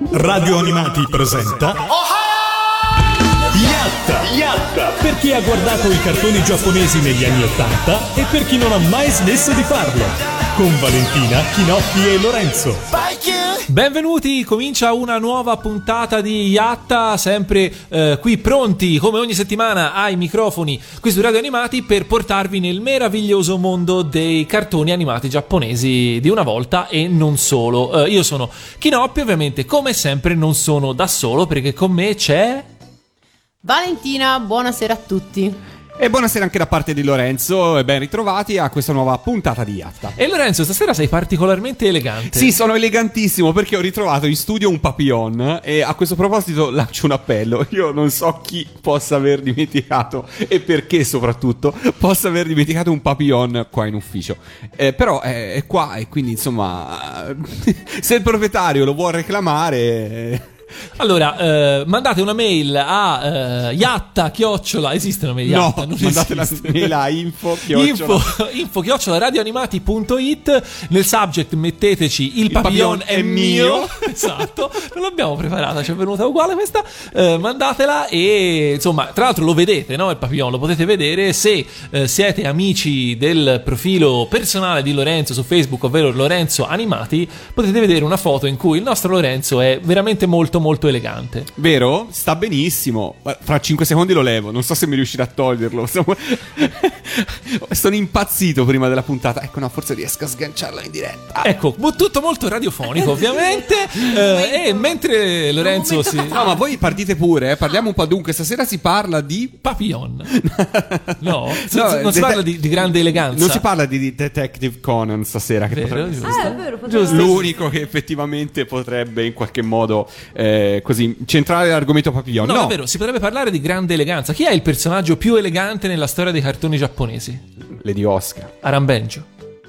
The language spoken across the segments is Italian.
Radio Animati presenta Yatta! Per chi ha guardato i cartoni giapponesi negli anni '80 e per chi non ha mai smesso di farlo. Con Valentina, Chinoppi e Lorenzo. Benvenuti, comincia una nuova puntata di Yatta, sempre qui pronti come ogni settimana ai microfoni qui su Radio Animati per portarvi nel meraviglioso mondo dei cartoni animati giapponesi di una volta e non solo. Io sono Chinoppi, ovviamente come sempre non sono da solo perché con me c'è... Valentina, buonasera a tutti. E buonasera anche da parte di Lorenzo e ben ritrovati a questa nuova puntata di Yatta. E Lorenzo, stasera sei particolarmente elegante. Sì, sono elegantissimo perché ho ritrovato in studio un papillon e a questo proposito lancio un appello. Io non so chi possa aver dimenticato e perché soprattutto possa aver dimenticato un papillon qua in ufficio. Però è qua e quindi insomma se il proprietario lo vuole reclamare... Allora, mandate una mail a Yatta esiste una mail Yatta? No, non mandate esiste. la mail a info @radioanimati.it. Nel subject metteteci il papillon è mio. Esatto, non l'abbiamo preparata, ci è venuta uguale questa. Mandatela e insomma, tra l'altro lo vedete, no? Il papillon lo potete vedere se siete amici del profilo personale di Lorenzo su Facebook, ovvero Lorenzo Animati. Potete vedere una foto in cui il nostro Lorenzo è veramente molto elegante. Vero? Sta benissimo. Fra 5 secondi lo levo. Non so se mi riuscirà a toglierlo. Sono impazzito prima della puntata. Ecco, no, forse riesco a sganciarla in diretta. Ecco, tutto molto radiofonico, ovviamente. E mentre Lorenzo si... No, ma voi partite pure, Parliamo un po'. Dunque, stasera si parla di... Papillon. No, non si parla di grande eleganza. Non si parla di Detective Conan stasera. Che vero, È vero, l'unico che effettivamente potrebbe in qualche modo così centrare l'argomento papillon. No, davvero, si potrebbe parlare di grande eleganza. Chi è il personaggio più elegante nella storia dei cartoni giapponesi? Lady Oscar. Arambenjo.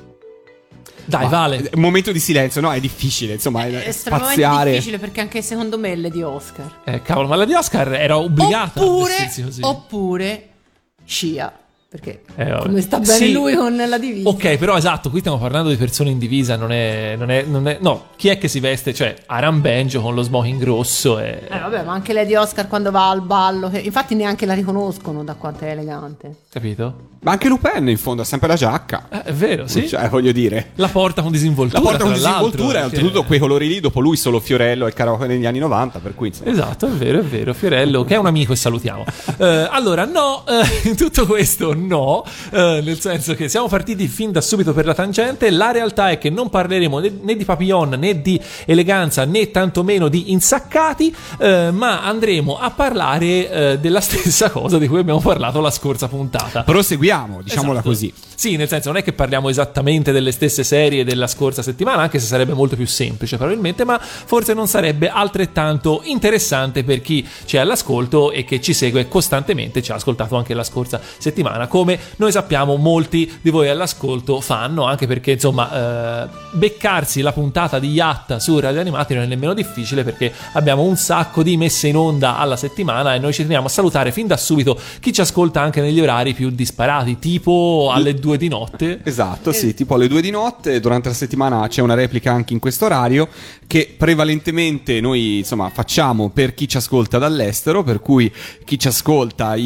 Dai, vale. Un momento di silenzio, no? È difficile, insomma, è estremamente spaziare. difficile perché anche secondo me è Lady Oscar. Cavolo, ma Lady Oscar era obbligata a vestirsi così. Oppure Shia. Perché vabbè. come sta bene lui con la divisa. Ok, però esatto, qui stiamo parlando di persone in divisa, non è no, chi è che si veste? Cioè, Arambenjo con lo smoking rosso e... vabbè, ma anche Lady Oscar quando va al ballo, che infatti neanche la riconoscono da quanto è elegante. Capito? Ma anche Lupin in fondo ha sempre la giacca. È vero, sì. Cioè, voglio dire, la porta con disinvoltura. La porta con disinvoltura e l'altro, oltretutto quei colori lì, dopo lui solo Fiorello e il karaoke negli anni 90, per cui insomma. Esatto, è vero, Fiorello che è un amico e salutiamo. Allora, no, in tutto questo no, nel senso che siamo partiti fin da subito per la tangente. La realtà è che non parleremo né di papillon né di eleganza né tantomeno di insaccati, ma andremo a parlare della stessa cosa di cui abbiamo parlato la scorsa puntata. Proseguiamo, diciamola Esatto. così. Sì, nel senso non è che parliamo esattamente delle stesse serie della scorsa settimana, anche se sarebbe molto più semplice probabilmente, ma forse non sarebbe altrettanto interessante per chi c'è all'ascolto e che ci segue costantemente, ci ha ascoltato anche la scorsa settimana, come noi sappiamo molti di voi all'ascolto fanno, anche perché insomma beccarsi la puntata di Yatta su Radio Animati non è nemmeno difficile, perché abbiamo un sacco di messe in onda alla settimana e noi ci teniamo a salutare fin da subito chi ci ascolta anche negli orari più disparati, tipo alle 2 di notte. Esatto, sì, tipo alle 2 di notte. Durante la settimana c'è una replica anche in questo orario, che prevalentemente noi insomma facciamo per chi ci ascolta dall'estero, per cui chi ci ascolta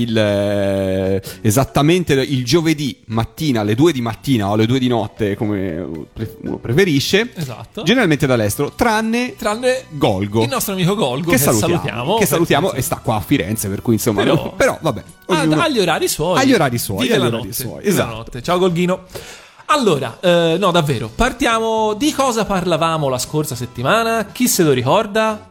esattamente il giovedì mattina alle 2 di mattina o alle 2 di notte, come uno preferisce. Esatto. Generalmente dall'estero, tranne Golgo, il nostro amico Golgo, che salutiamo e sta qua a Firenze, per cui insomma però vabbè, agli orari suoi. Vive la notte. Esatto. Ciao Golghino. Allora, no, davvero, partiamo. Di cosa parlavamo la scorsa settimana? Chi se lo ricorda?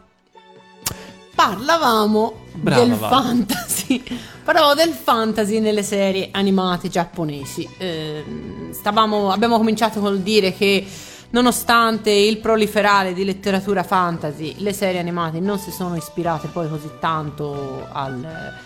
Parlavamo del fantasy. Parlavo del fantasy nelle serie animate giapponesi. Abbiamo cominciato col dire che nonostante il proliferare di letteratura fantasy, le serie animate non si sono ispirate poi così tanto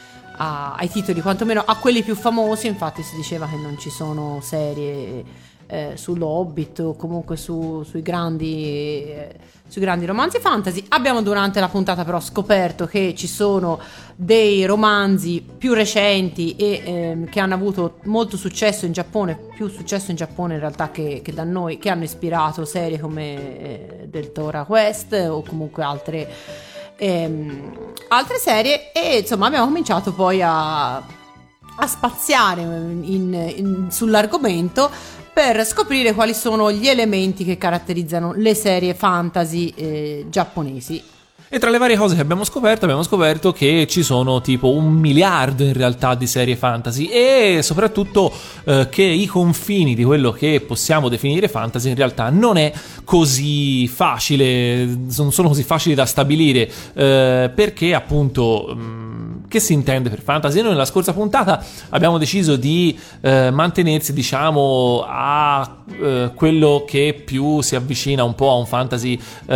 ai titoli, quantomeno a quelli più famosi. Infatti si diceva che non ci sono serie sullo Hobbit o comunque sui grandi romanzi fantasy. Abbiamo durante la puntata però scoperto che ci sono dei romanzi più recenti e che hanno avuto molto successo in Giappone, più successo in Giappone in realtà che da noi, che hanno ispirato serie come del Tora Quest o comunque altre serie, e insomma abbiamo cominciato poi a spaziare sull'argomento per scoprire quali sono gli elementi che caratterizzano le serie fantasy giapponesi. E tra le varie cose che abbiamo scoperto che ci sono tipo 1 miliardo in realtà di serie fantasy, e soprattutto che i confini di quello che possiamo definire fantasy in realtà non è così facile, non sono così facili da stabilire, perché appunto che si intende per fantasy? Noi nella scorsa puntata abbiamo deciso di mantenersi, diciamo, a quello che più si avvicina un po' a un fantasy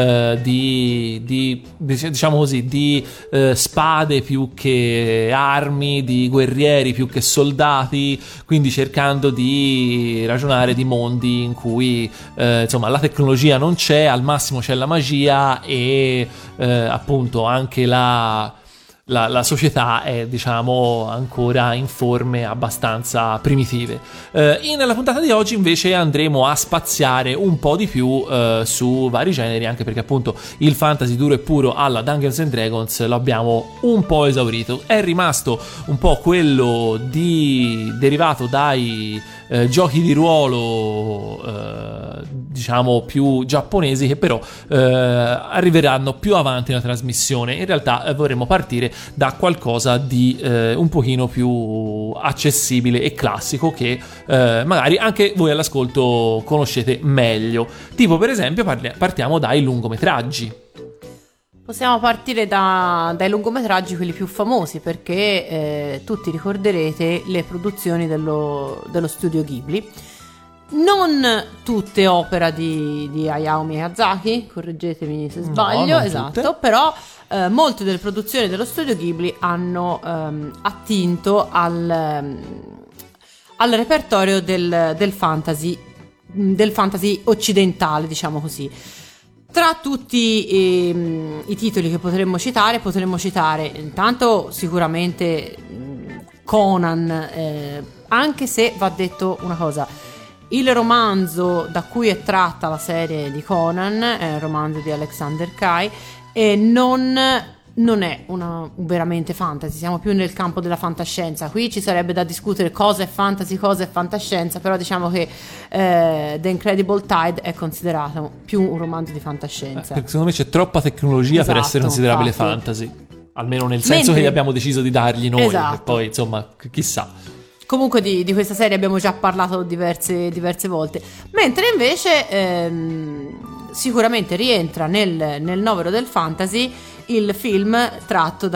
diciamo così, di spade più che armi, di guerrieri più che soldati, quindi cercando di ragionare di mondi in cui insomma la tecnologia non c'è, al massimo c'è la magia e appunto anche la società è, diciamo, ancora in forme abbastanza primitive. Nella puntata di oggi invece andremo a spaziare un po' di più su vari generi, anche perché appunto il fantasy duro e puro alla Dungeons and Dragons lo abbiamo un po' esaurito. È rimasto un po' quello derivato dai giochi di ruolo diciamo più giapponesi, che però arriveranno più avanti nella trasmissione. In realtà vorremmo partire da qualcosa di un pochino più accessibile e classico, che magari anche voi all'ascolto conoscete meglio, tipo per esempio partiamo dai lungometraggi. Possiamo partire dai lungometraggi, quelli più famosi, perché tutti ricorderete le produzioni dello studio Ghibli. Non tutte opera di Hayao Miyazaki, correggetemi se sbaglio, no, esatto, tutte. però molte delle produzioni dello studio Ghibli hanno attinto al repertorio del fantasy occidentale, diciamo così. Tra tutti i titoli che potremmo citare intanto sicuramente Conan, anche se va detto una cosa: il romanzo da cui è tratta la serie di Conan è un romanzo di Alexander Kai e non è veramente fantasy, siamo più nel campo della fantascienza. Qui ci sarebbe da discutere cosa è fantasy, cosa è fantascienza, però diciamo che The Incredible Tide è considerato più un romanzo di fantascienza. Perché secondo me c'è troppa tecnologia per essere considerabile fantasy, almeno nel senso che abbiamo deciso di dargli noi, e poi insomma chissà. Comunque di questa serie abbiamo già parlato diverse volte, mentre invece sicuramente rientra nel novero del fantasy il film tratto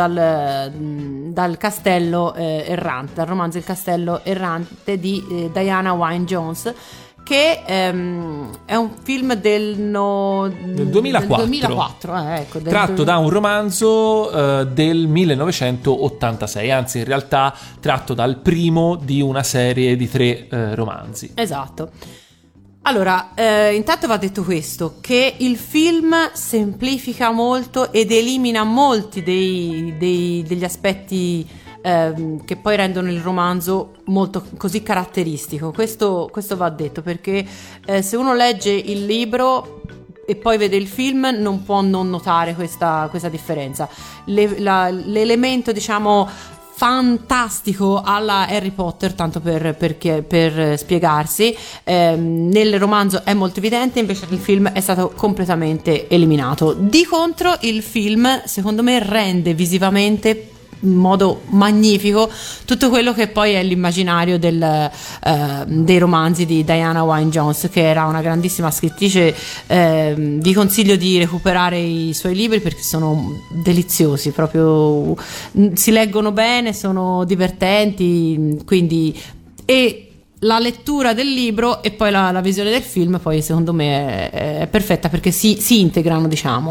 dal castello errante, dal romanzo Il castello errante di Diana Wynne Jones, che è un film del 2004, ecco, tratto da un romanzo del 1986, anzi in realtà tratto dal primo di una serie di 3 romanzi. Esatto. Allora, intanto va detto questo, che il film semplifica molto ed elimina molti degli aspetti che poi rendono il romanzo molto così caratteristico. Questo va detto perché se uno legge il libro e poi vede il film non può non notare questa differenza. L'elemento, diciamo, fantastico alla Harry Potter, tanto per spiegarsi, nel romanzo è molto evidente, invece nel film è stato completamente eliminato. Di contro il film secondo me rende visivamente in modo magnifico tutto quello che poi è l'immaginario dei romanzi di Diana Wynne Jones, che era una grandissima scrittrice. Vi consiglio di recuperare i suoi libri perché sono deliziosi, proprio si leggono bene, sono divertenti, quindi, e la lettura del libro e poi la visione del film poi secondo me è perfetta perché si integrano, diciamo.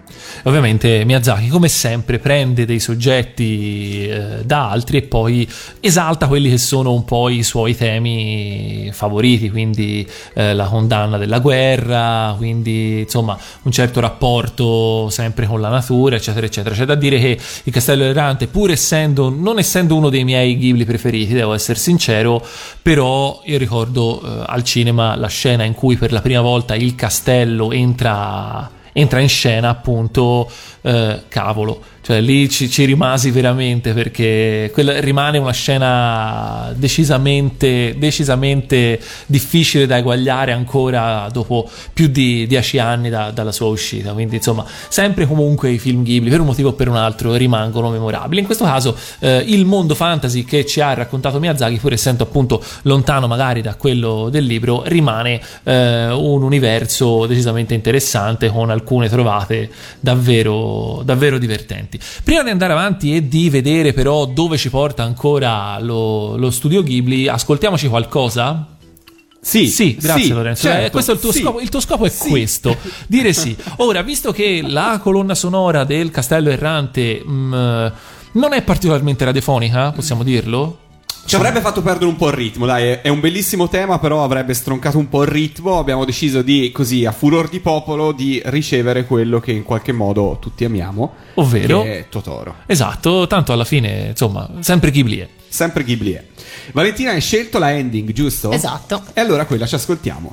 Ovviamente Miyazaki, come sempre, prende dei soggetti da altri e poi esalta quelli che sono un po' i suoi temi favoriti, quindi la condanna della guerra, quindi insomma un certo rapporto sempre con la natura, eccetera eccetera. C'è da dire che Il Castello Errante, pur non essendo uno dei miei Ghibli preferiti, devo essere sincero, però io ricordo al cinema la scena in cui per la prima volta il castello entra in scena, appunto, cavolo, cioè lì ci rimasi veramente, perché rimane una scena decisamente difficile da eguagliare ancora dopo più di 10 anni dalla sua uscita. Quindi insomma, sempre comunque i film Ghibli per un motivo o per un altro rimangono memorabili. In questo caso il mondo fantasy che ci ha raccontato Miyazaki, pur essendo appunto lontano magari da quello del libro, rimane un universo decisamente interessante, con alcune trovate davvero divertenti. Prima di andare avanti e di vedere però dove ci porta ancora lo studio Ghibli, ascoltiamoci qualcosa? Sì, grazie, sì, Lorenzo. Certo, questo è il tuo scopo. Il tuo scopo è questo, dire sì. Ora, visto che la colonna sonora del Castello Errante non è particolarmente radiofonica, possiamo dirlo? Ci avrebbe fatto perdere un po' il ritmo, dai, è un bellissimo tema, però avrebbe stroncato un po' il ritmo. Abbiamo deciso di, così, a furor di popolo, di ricevere quello che in qualche modo tutti amiamo, ovvero che è Totoro. Esatto, tanto alla fine, insomma, sempre Ghibli è. Sempre Ghibli è. Valentina, hai scelto la ending, giusto? Esatto. E allora quella ci ascoltiamo.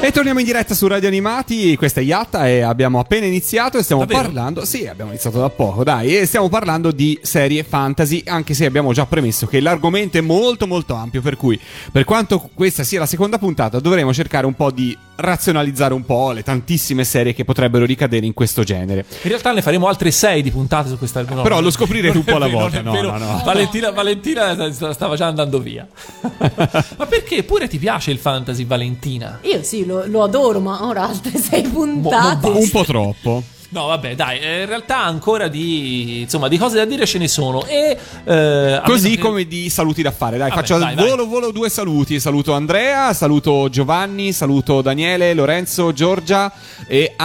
E torniamo in diretta su Radio Animati, questa è Yatta e abbiamo appena iniziato e stiamo parlando, sì, abbiamo iniziato da poco, dai, e stiamo parlando di serie fantasy, anche se abbiamo già premesso che l'argomento è molto molto ampio, per cui per quanto questa sia la seconda puntata dovremo cercare un po' di razionalizzare un po' le tantissime serie che potrebbero ricadere in questo genere. In realtà ne faremo altre 6 di puntate su questo argomento. Però lo scoprirete un po' alla volta. No. Valentina stava già andando via. Ma perché pure ti piace il fantasy, Valentina? Io sì, lo adoro, ma ora altre 6 puntate. Un po' troppo. No, vabbè, dai, in realtà ancora di cose da dire ce ne sono. E così come di saluti da fare, dai, faccio volo 2 saluti. Saluto Andrea, saluto Giovanni, saluto Daniele, Lorenzo, Giorgia e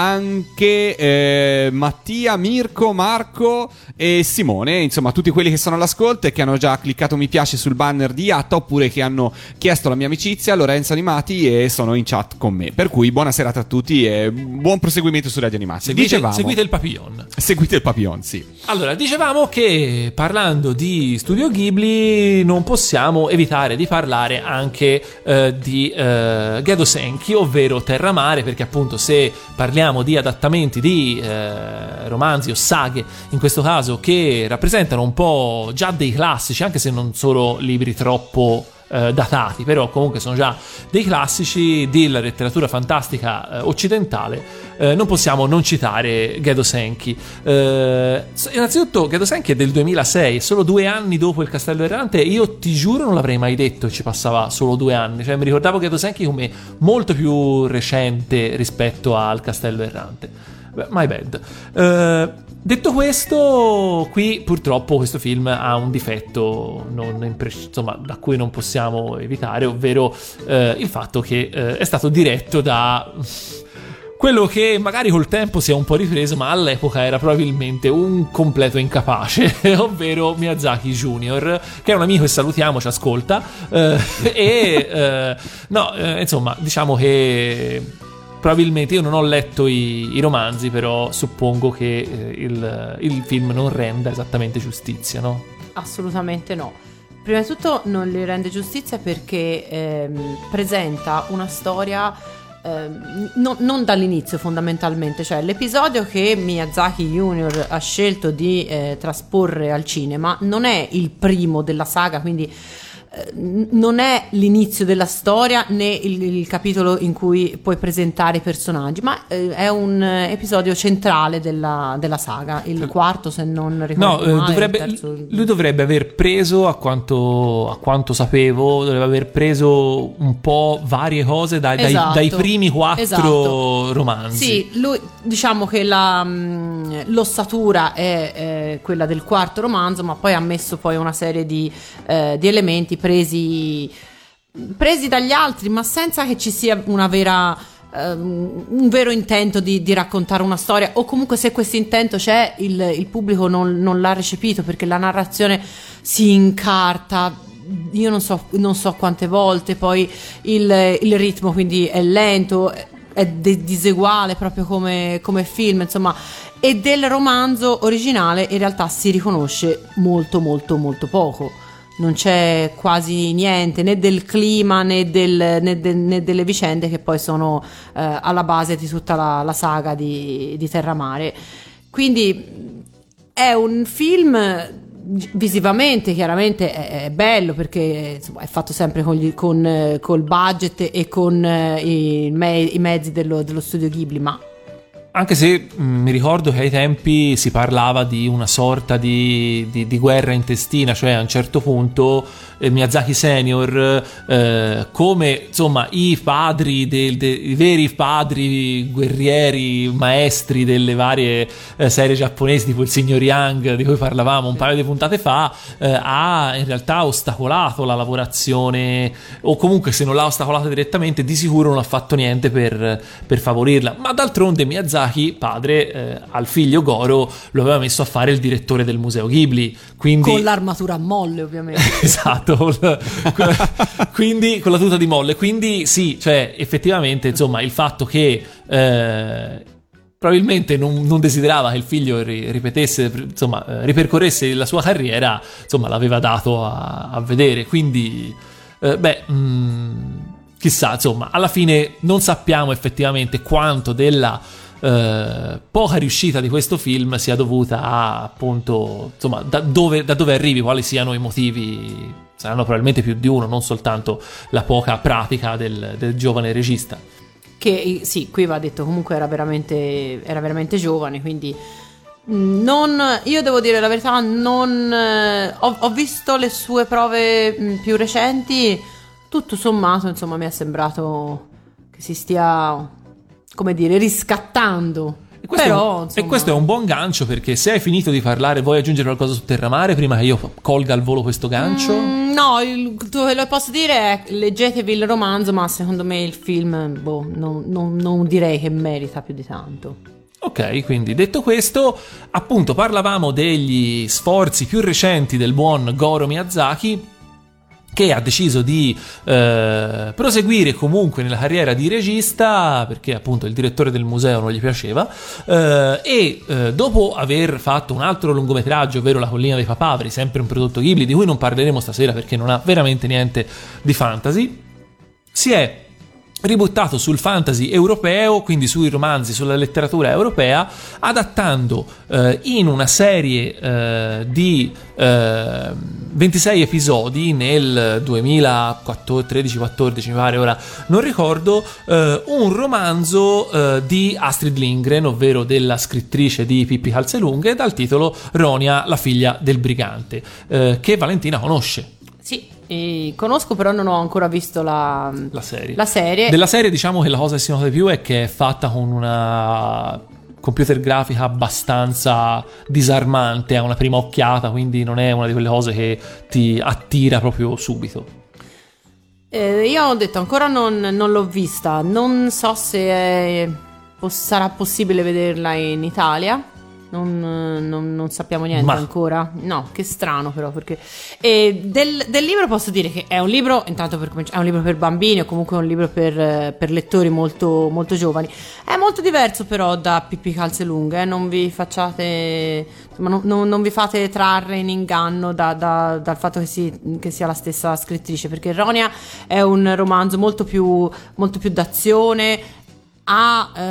anche Mattia, Mirko, Marco e Simone, insomma tutti quelli che sono all'ascolto e che hanno già cliccato mi piace sul banner di Yatta oppure che hanno chiesto la mia amicizia, Lorenzo Animati, e sono in chat con me. Per cui buona serata a tutti e buon proseguimento su Radio Animati. Seguite il Papillon. Seguite il Papillon, sì. Allora, dicevamo che parlando di Studio Ghibli non possiamo evitare di parlare anche di Gedo Senki, ovvero Terramare, perché appunto se parliamo di adattamenti di romanzi o saghe, in questo caso, che rappresentano un po' già dei classici, anche se non solo libri troppo datati, però comunque sono già dei classici della letteratura fantastica occidentale, non possiamo non citare Gedo Senki. Innanzitutto Gedo Senki è del 2006, solo 2 anni dopo Il Castello Errante. Io ti giuro non l'avrei mai detto ci passava solo 2 anni, cioè mi ricordavo Gedo Senki come molto più recente rispetto al Castello Errante. My bad. Detto questo, qui purtroppo questo film ha un difetto da cui non possiamo evitare, ovvero il fatto che è stato diretto da quello che magari col tempo si è un po' ripreso, ma all'epoca era probabilmente un completo incapace, ovvero Miyazaki Junior, che è un amico e salutiamo, ci ascolta, insomma, diciamo che probabilmente io non ho letto i romanzi, però suppongo che il film non renda esattamente giustizia, no? Assolutamente no. Prima di tutto non le rende giustizia perché presenta una storia non dall'inizio fondamentalmente, cioè l'episodio che Miyazaki Junior ha scelto di trasporre al cinema non è il primo della saga, quindi non è l'inizio della storia né il capitolo in cui puoi presentare i personaggi, ma è un episodio centrale della saga, il quarto se non ricordo male. Lui dovrebbe aver preso, a quanto sapevo, dovrebbe aver preso un po' varie cose dai primi 4 romanzi. Sì, lui, diciamo che l'ossatura è quella del quarto romanzo, ma poi ha messo poi una serie di elementi presi dagli altri, ma senza che ci sia un vero intento di raccontare una storia, o comunque se questo intento c'è il pubblico non l'ha recepito, perché la narrazione si incarta, io non so quante volte, poi il ritmo quindi è lento, è diseguale proprio come film, insomma. E del romanzo originale in realtà si riconosce molto molto molto poco. Non c'è quasi niente né del clima né delle vicende che poi sono alla base di tutta la saga di Terramare. Quindi è un film visivamente chiaramente è bello, perché insomma, è fatto sempre col budget e con i mezzi dello studio Ghibli, ma anche se mi ricordo che ai tempi si parlava di una sorta di guerra intestina, cioè a un certo punto Miyazaki Senior, come insomma i padri i veri padri guerrieri maestri delle varie serie giapponesi, tipo il Signor Yang di cui parlavamo un paio di puntate fa, ha in realtà ostacolato la lavorazione, o comunque se non l'ha ostacolata direttamente di sicuro non ha fatto niente per favorirla. Ma d'altronde Miyazaki padre al figlio Goro lo aveva messo a fare il direttore del museo Ghibli, quindi con l'armatura a molle ovviamente. Esatto, quindi con la tuta di molle, quindi sì, cioè effettivamente insomma il fatto che probabilmente non desiderava che il figlio ripetesse, insomma ripercorresse la sua carriera, insomma l'aveva dato a vedere, quindi chissà, insomma, alla fine non sappiamo effettivamente quanto della poca riuscita di questo film sia dovuta a, appunto, insomma, da dove arrivi, quali siano i motivi. Saranno probabilmente più di uno, non soltanto la poca pratica del giovane regista. Che sì, qui va detto, comunque era veramente giovane, quindi io devo dire la verità, ho visto le sue prove più recenti, tutto sommato, insomma, mi è sembrato che si stia, come dire, riscattando. E questo è un buon gancio, perché se hai finito di parlare vuoi aggiungere qualcosa su Terramare prima che io colga al volo questo gancio? No, quello che posso dire è leggetevi il romanzo, ma secondo me il film non direi che merita più di tanto. Ok, quindi detto questo, appunto parlavamo degli sforzi più recenti del buon Goro Miyazaki, che ha deciso di proseguire comunque nella carriera di regista, perché appunto il direttore del museo non gli piaceva, e dopo aver fatto un altro lungometraggio, ovvero La collina dei papaveri, sempre un prodotto Ghibli di cui non parleremo stasera perché non ha veramente niente di fantasy, si è ributtato sul fantasy europeo, quindi sui romanzi, sulla letteratura europea, adattando in una serie di 26 episodi nel 2013-14 mi pare, ora non ricordo, un romanzo di Astrid Lindgren, ovvero della scrittrice di Pippi Calzelunghe, dal titolo Ronia, la figlia del brigante, che Valentina conosce. Sì, conosco, però non ho ancora visto la serie. Della serie, diciamo che la cosa che si nota di più è che è fatta con una computer grafica abbastanza disarmante a una prima occhiata, quindi non è una di quelle cose che ti attira proprio subito. Io ho detto ancora non l'ho vista, non so se sarà possibile vederla in Italia. Non sappiamo niente ancora. No, che strano però, perché del libro posso dire che è un libro, intanto per cominciare, è un libro per bambini o comunque un libro per lettori molto, molto giovani. È molto diverso però da Pippi Calzelunghe, non vi facciate, insomma, non vi fate trarre in inganno dal fatto che sia la stessa scrittrice, perché Ronia è un romanzo molto più d'azione. Ha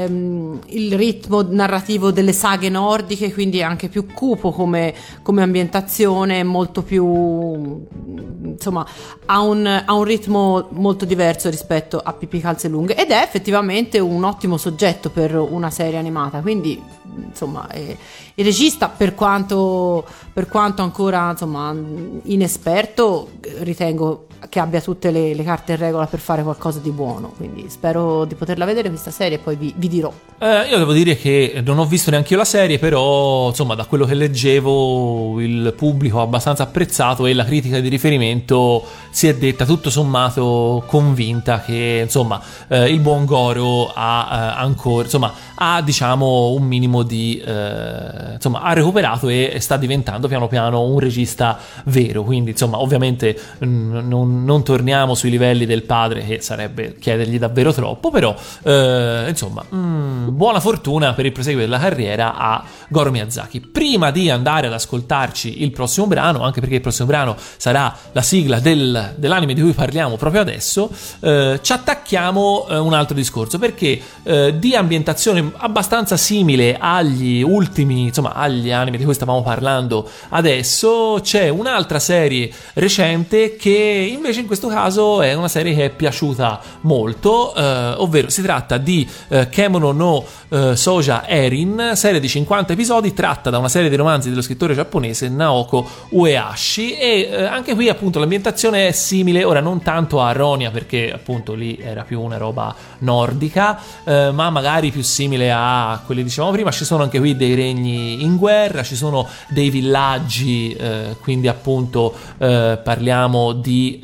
il ritmo narrativo delle saghe nordiche, quindi è anche più cupo come ambientazione, molto più, insomma, ha un ritmo molto diverso rispetto a Pippi Calzelunghe, ed è effettivamente un ottimo soggetto per una serie animata, quindi insomma il regista, per quanto ancora, insomma, inesperto, ritengo che abbia tutte le carte in regola per fare qualcosa di buono, quindi spero di poterla vedere questa serie e poi vi dirò. Io devo dire che non ho visto neanche io la serie, però insomma da quello che leggevo il pubblico ha abbastanza apprezzato e la critica di riferimento si è detta tutto sommato convinta che insomma il buon Goro ha ancora, insomma, ha, diciamo, un minimo di insomma, ha recuperato e sta diventando piano piano un regista vero, quindi insomma ovviamente non torniamo sui livelli del padre, che sarebbe chiedergli davvero troppo, però insomma buona fortuna per il proseguo della carriera a Goro Miyazaki. Prima di andare ad ascoltarci il prossimo brano, anche perché il prossimo brano sarà la sigla dell'anime di cui parliamo proprio adesso, ci attacchiamo un altro discorso, perché di ambientazione abbastanza simile agli ultimi, insomma agli anime di cui stavamo parlando adesso, c'è un'altra serie recente che invece in questo caso è una serie che è piaciuta molto, ovvero si tratta di Kemono no Soja Erin, serie di 50 episodi tratta da una serie di romanzi dello scrittore giapponese Naoko Uehashi, e anche qui appunto l'ambientazione è simile, ora non tanto a Ronia perché appunto lì era più una roba nordica, ma magari più simile a quelli dicevamo prima. Ci sono anche qui dei regni in guerra, ci sono dei villaggi, quindi appunto parliamo di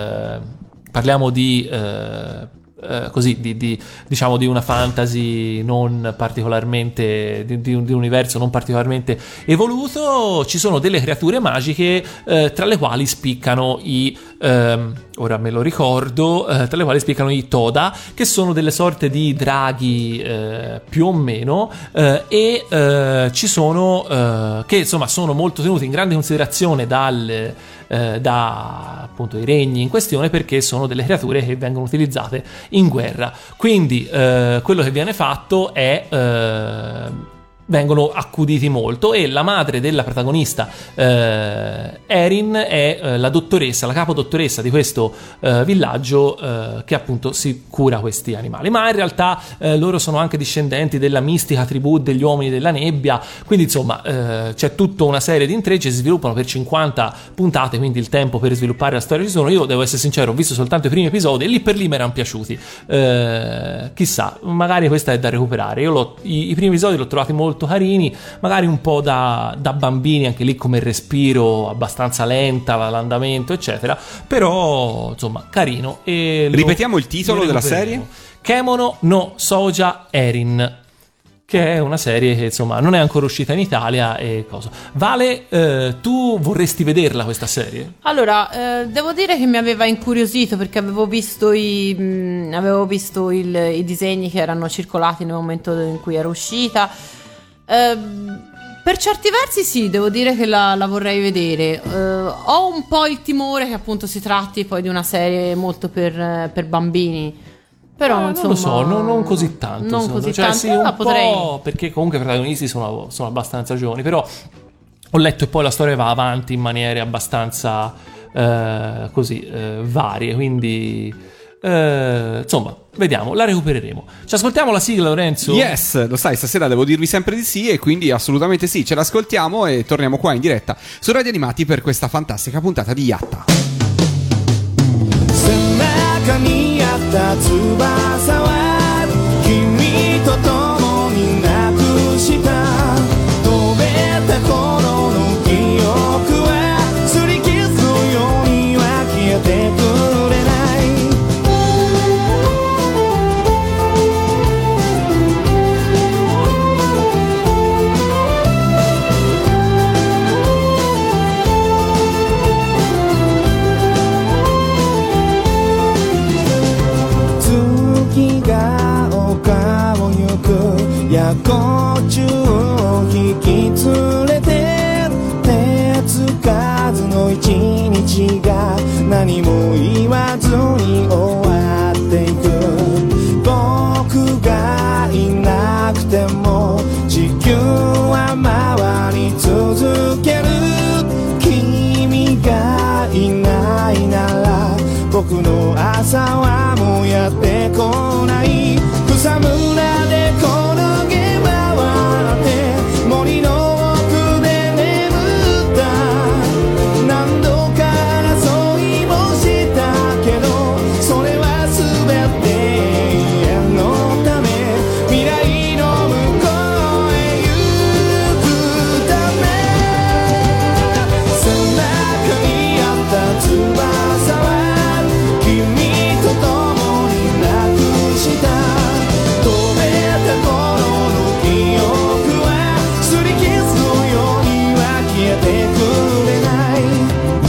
così diciamo di una fantasy non particolarmente di un universo non particolarmente evoluto. Ci sono delle creature magiche, tra le quali spiccano i ora me lo ricordo, tra le quali spiccano i Toda, che sono delle sorte di draghi più o meno, e ci sono che insomma sono molto tenuti in grande considerazione da appunto i regni in questione, perché sono delle creature che vengono utilizzate in guerra. Quindi quello che viene fatto è vengono accuditi molto, e la madre della protagonista Erin è la dottoressa, la capodottoressa di questo villaggio, che appunto si cura questi animali, ma in realtà loro sono anche discendenti della mistica tribù degli uomini della nebbia, quindi insomma c'è tutta una serie di intrecci, si sviluppano per 50 puntate, quindi il tempo per sviluppare la storia ci sono. Io devo essere sincero, ho visto soltanto i primi episodi e lì per lì mi erano piaciuti, chissà, magari questa è da recuperare. Io i primi episodi l'ho trovati molto carini, magari un po' da bambini, anche lì come respiro abbastanza lenta, l'andamento eccetera, però insomma carino. E ripetiamo il titolo della serie? Kemono no Soja Erin, che è una serie che insomma non è ancora uscita in Italia e cosa. Vale, tu vorresti vederla questa serie? Allora, devo dire che mi aveva incuriosito, perché avevo visto i disegni che erano circolati nel momento in cui era uscita. Per certi versi sì, devo dire che la vorrei vedere. Ho un po' il timore che appunto si tratti poi di una serie molto per bambini. Però insomma, non lo so, non così tanto. Non così cioè, tanto, sì, un potrei... po', perché comunque i protagonisti sono abbastanza giovani, però ho letto e poi la storia va avanti in maniere abbastanza varie, quindi insomma, vediamo, la recupereremo. Ci ascoltiamo la sigla, Lorenzo? Yes, lo sai, stasera devo dirvi sempre di sì, e quindi assolutamente sì, ce l'ascoltiamo e torniamo qua in diretta su Radio Animati per questa fantastica puntata di Yatta. 中にあった翼は君と共になくした飛べた頃の記憶は擦り傷のようには消えてくれない夜光虫を引き連れて手つかずの一日が何も言わずに終わっていく僕がいなくても地球は回り続ける君がいないなら僕の朝はもうやってこない草むらで転げ回って森の奥で眠った何度か争いもしたけどそれは全て永遠のため未来の向こうへ行くため背中にあった翼は君と共になくした飛べた頃の記憶は擦り傷のようには消えてくれない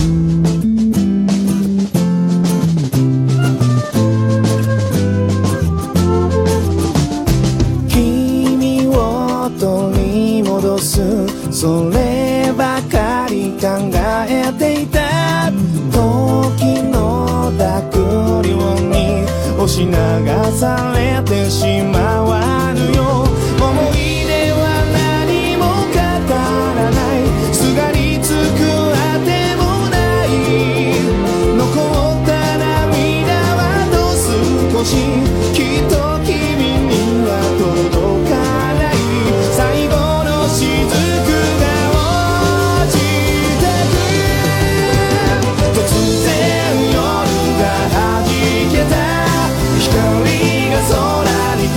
君を取り戻すそればかり考えていた時の濁流に押し流されてしまわぬよ思い出は何も語らないすがりつくあてもない残った涙はどう少しきっと君には届かない最後の雫が落ちてく突然夜がはじけた光が空に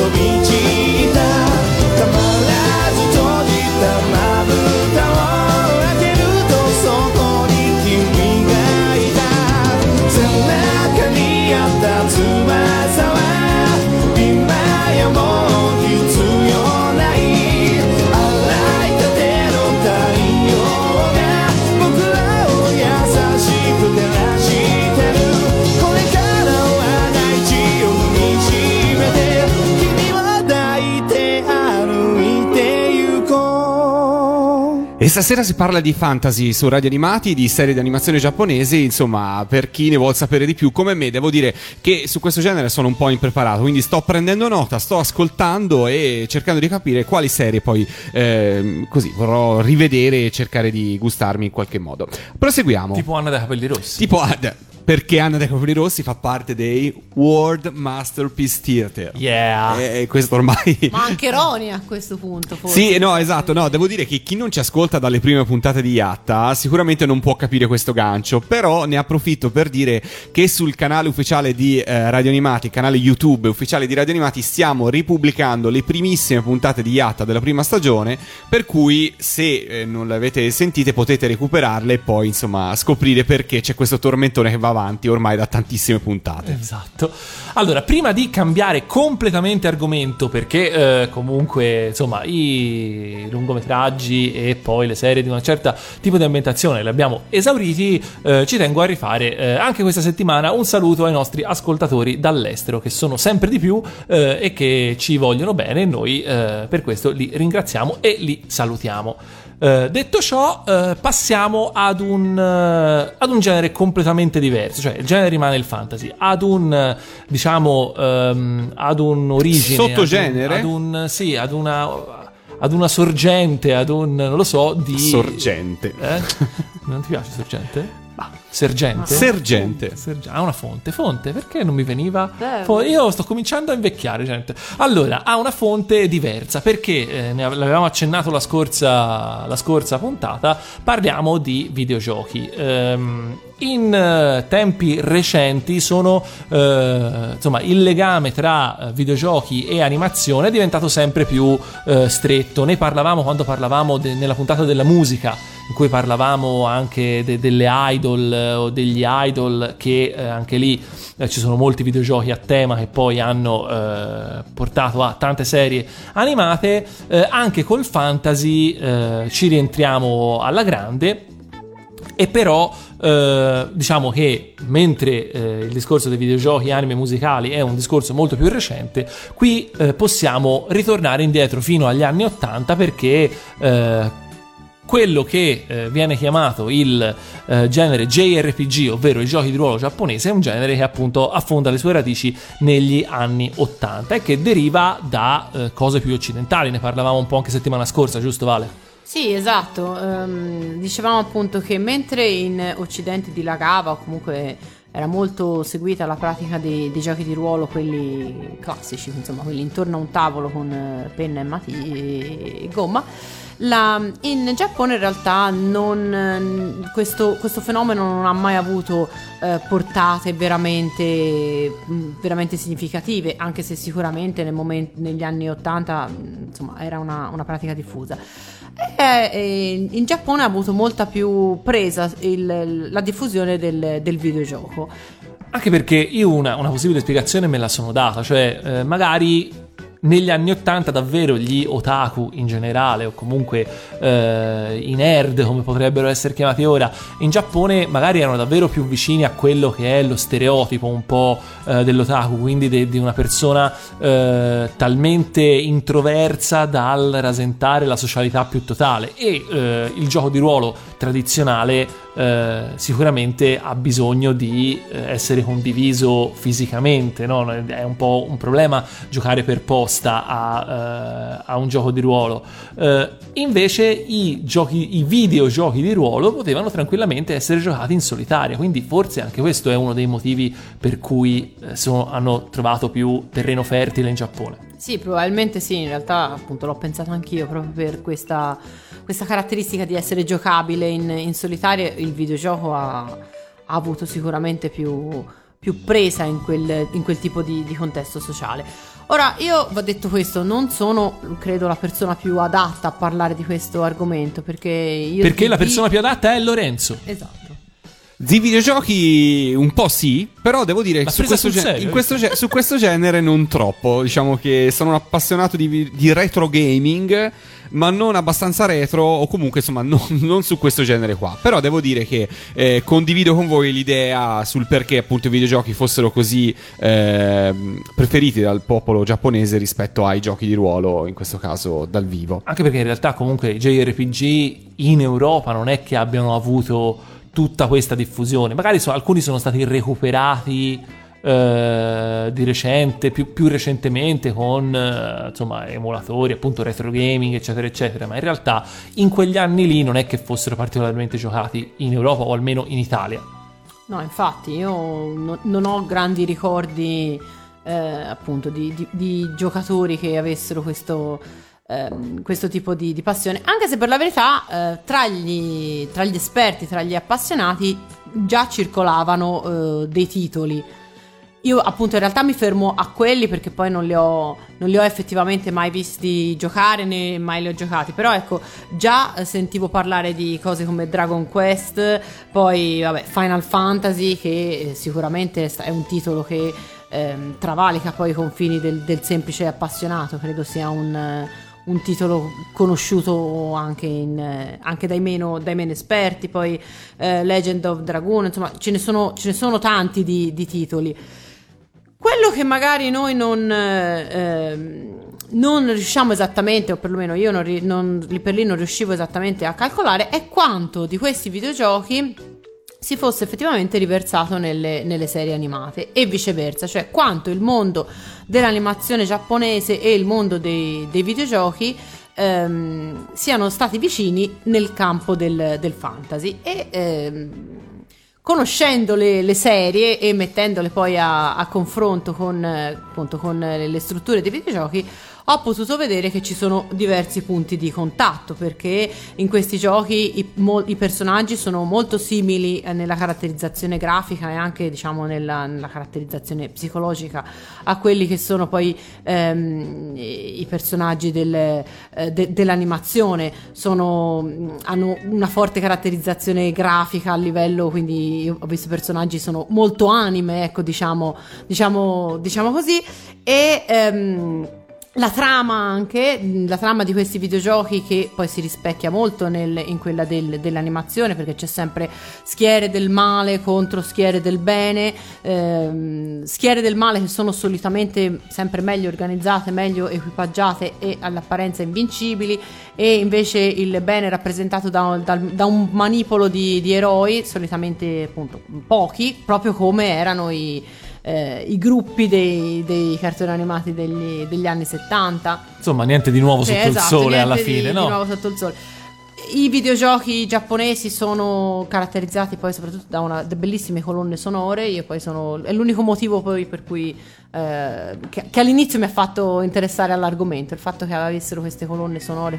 E stasera si parla di fantasy su Radio Animati, di serie di animazione giapponesi, insomma, per chi ne vuol sapere di più come me, devo dire che su questo genere sono un po' impreparato, quindi sto prendendo nota, sto ascoltando e cercando di capire quali serie poi così vorrò rivedere e cercare di gustarmi in qualche modo. Proseguiamo. Tipo Anna dai capelli rossi. Perché Anna dei Capelli Rossi fa parte dei World Masterpiece Theater. Yeah. E questo ormai... Ma anche Roni a questo punto, forse. Sì, no, esatto, no, devo dire che chi non ci ascolta dalle prime puntate di Yatta sicuramente non può capire questo gancio, però ne approfitto per dire che sul canale ufficiale di Radio Animati, canale YouTube ufficiale di Radio Animati, stiamo ripubblicando le primissime puntate di Yatta della prima stagione, per cui se non le avete sentite potete recuperarle e poi insomma scoprire perché c'è questo tormentone che va avanti ormai da tantissime puntate. Esatto. Allora, prima di cambiare completamente argomento, perché comunque insomma i lungometraggi e poi le serie di un certo tipo di ambientazione le abbiamo esauriti, ci tengo a rifare anche questa settimana un saluto ai nostri ascoltatori dall'estero, che sono sempre di più e che ci vogliono bene, e noi per questo li ringraziamo e li salutiamo. Detto ciò, passiamo ad un genere completamente diverso, cioè il genere rimane il fantasy, ad un diciamo ad un origine, sottogenere, ad una sorgente, ad un non lo so di sorgente. Non ti piace sorgente? Sergente? Sergente. Ha una fonte, perché non mi veniva? Beh, Io sto cominciando a invecchiare, gente. Allora, ha una fonte diversa, perché l'avevamo accennato la scorsa puntata, parliamo di videogiochi. In tempi recenti sono insomma, il legame tra videogiochi e animazione è diventato sempre più stretto. Ne parlavamo quando parlavamo nella puntata della musica, in cui parlavamo anche delle idol o degli idol, che anche lì ci sono molti videogiochi a tema che poi hanno portato a tante serie animate. Anche col fantasy ci rientriamo alla grande. E però diciamo che mentre il discorso dei videogiochi, anime, musicali è un discorso molto più recente, qui possiamo ritornare indietro fino agli anni 80, perché quello che viene chiamato il genere JRPG, ovvero i giochi di ruolo giapponese, è un genere che appunto affonda le sue radici negli anni 80 e che deriva da cose più occidentali. Ne parlavamo un po' anche settimana scorsa, giusto Vale? Sì, esatto. Dicevamo appunto che mentre in Occidente dilagava, o comunque era molto seguita la pratica dei giochi di ruolo, quelli classici, insomma, quelli intorno a un tavolo con penna e gomma, in Giappone in realtà questo fenomeno non ha mai avuto portate veramente significative, anche se sicuramente negli anni 80 insomma era una pratica diffusa. In Giappone ha avuto molta più presa la diffusione del videogioco, anche perché io una possibile spiegazione me la sono data, cioè magari negli anni 80 davvero gli otaku in generale, o comunque i nerd come potrebbero essere chiamati ora, in Giappone magari erano davvero più vicini a quello che è lo stereotipo un po' dell'otaku, quindi di una persona talmente introversa dal rasentare la socialità più totale. E il gioco di ruolo tradizionale sicuramente ha bisogno di essere condiviso fisicamente, no? È un po' un problema giocare per posta a un gioco di ruolo. Invece i videogiochi di ruolo potevano tranquillamente essere giocati in solitaria, quindi forse anche questo è uno dei motivi per cui hanno trovato più terreno fertile in Giappone. Sì, probabilmente sì, in realtà appunto l'ho pensato anch'io, proprio per questa caratteristica di essere giocabile in solitaria. Il videogioco ha avuto sicuramente più presa in quel tipo di contesto sociale. Ora, io, va detto questo, non sono, credo, la persona più adatta a parlare di questo argomento, perché la persona più adatta è Lorenzo. Esatto. Di videogiochi un po' sì, però devo dire che su questo genere non troppo. Diciamo che sono un appassionato di retro gaming, ma non abbastanza retro, o comunque insomma non su questo genere qua. Però devo dire che condivido con voi l'idea sul perché appunto i videogiochi fossero così preferiti dal popolo giapponese rispetto ai giochi di ruolo, in questo caso dal vivo. Anche perché in realtà comunque i JRPG in Europa non è che abbiano avuto tutta questa diffusione. Magari alcuni sono stati recuperati di recente, più recentemente con insomma emulatori, appunto retro gaming, eccetera eccetera, ma in realtà in quegli anni lì non è che fossero particolarmente giocati in Europa, o almeno in Italia. No, infatti io non ho grandi ricordi appunto di giocatori che avessero questo tipo di passione, anche se per la verità tra gli esperti, tra gli appassionati già circolavano dei titoli. Io appunto in realtà mi fermo a quelli perché poi non li ho effettivamente mai visti giocare, né mai li ho giocati, però ecco, già sentivo parlare di cose come Dragon Quest, poi vabbè, Final Fantasy, che sicuramente è un titolo che travalica poi i confini del semplice appassionato. Credo sia un titolo conosciuto anche dai meno esperti. Poi Legend of Dragoon, insomma ce ne sono tanti di titoli. Quello che magari noi non riusciamo esattamente, o perlomeno io lì per lì non riuscivo esattamente a calcolare, è quanto di questi videogiochi si fosse effettivamente riversato nelle serie animate e viceversa, cioè quanto il mondo dell'animazione giapponese e il mondo dei videogiochi siano stati vicini nel campo del fantasy. E conoscendo le serie e mettendole poi a confronto con le strutture dei videogiochi, ho potuto vedere che ci sono diversi punti di contatto, perché in questi giochi i personaggi sono molto simili nella caratterizzazione grafica e anche diciamo nella caratterizzazione psicologica a quelli che sono poi i personaggi dell'animazione. Hanno una forte caratterizzazione grafica a livello, quindi io ho visto personaggi sono molto anime, ecco, diciamo così. E la trama di questi videogiochi, che poi si rispecchia molto in quella dell'animazione, perché c'è sempre schiere del male contro schiere del bene, schiere del male che sono solitamente sempre meglio organizzate, meglio equipaggiate e all'apparenza invincibili, e invece il bene rappresentato da un manipolo di eroi, solitamente appunto pochi, proprio come erano i gruppi dei cartoni animati degli anni 70. Insomma, niente di nuovo sotto il sole alla fine, no? Di nuovo sotto il sole. I videogiochi giapponesi sono caratterizzati poi soprattutto da bellissime colonne sonore. Io poi è l'unico motivo poi per cui che all'inizio mi ha fatto interessare all'argomento, il fatto che avessero queste colonne sonore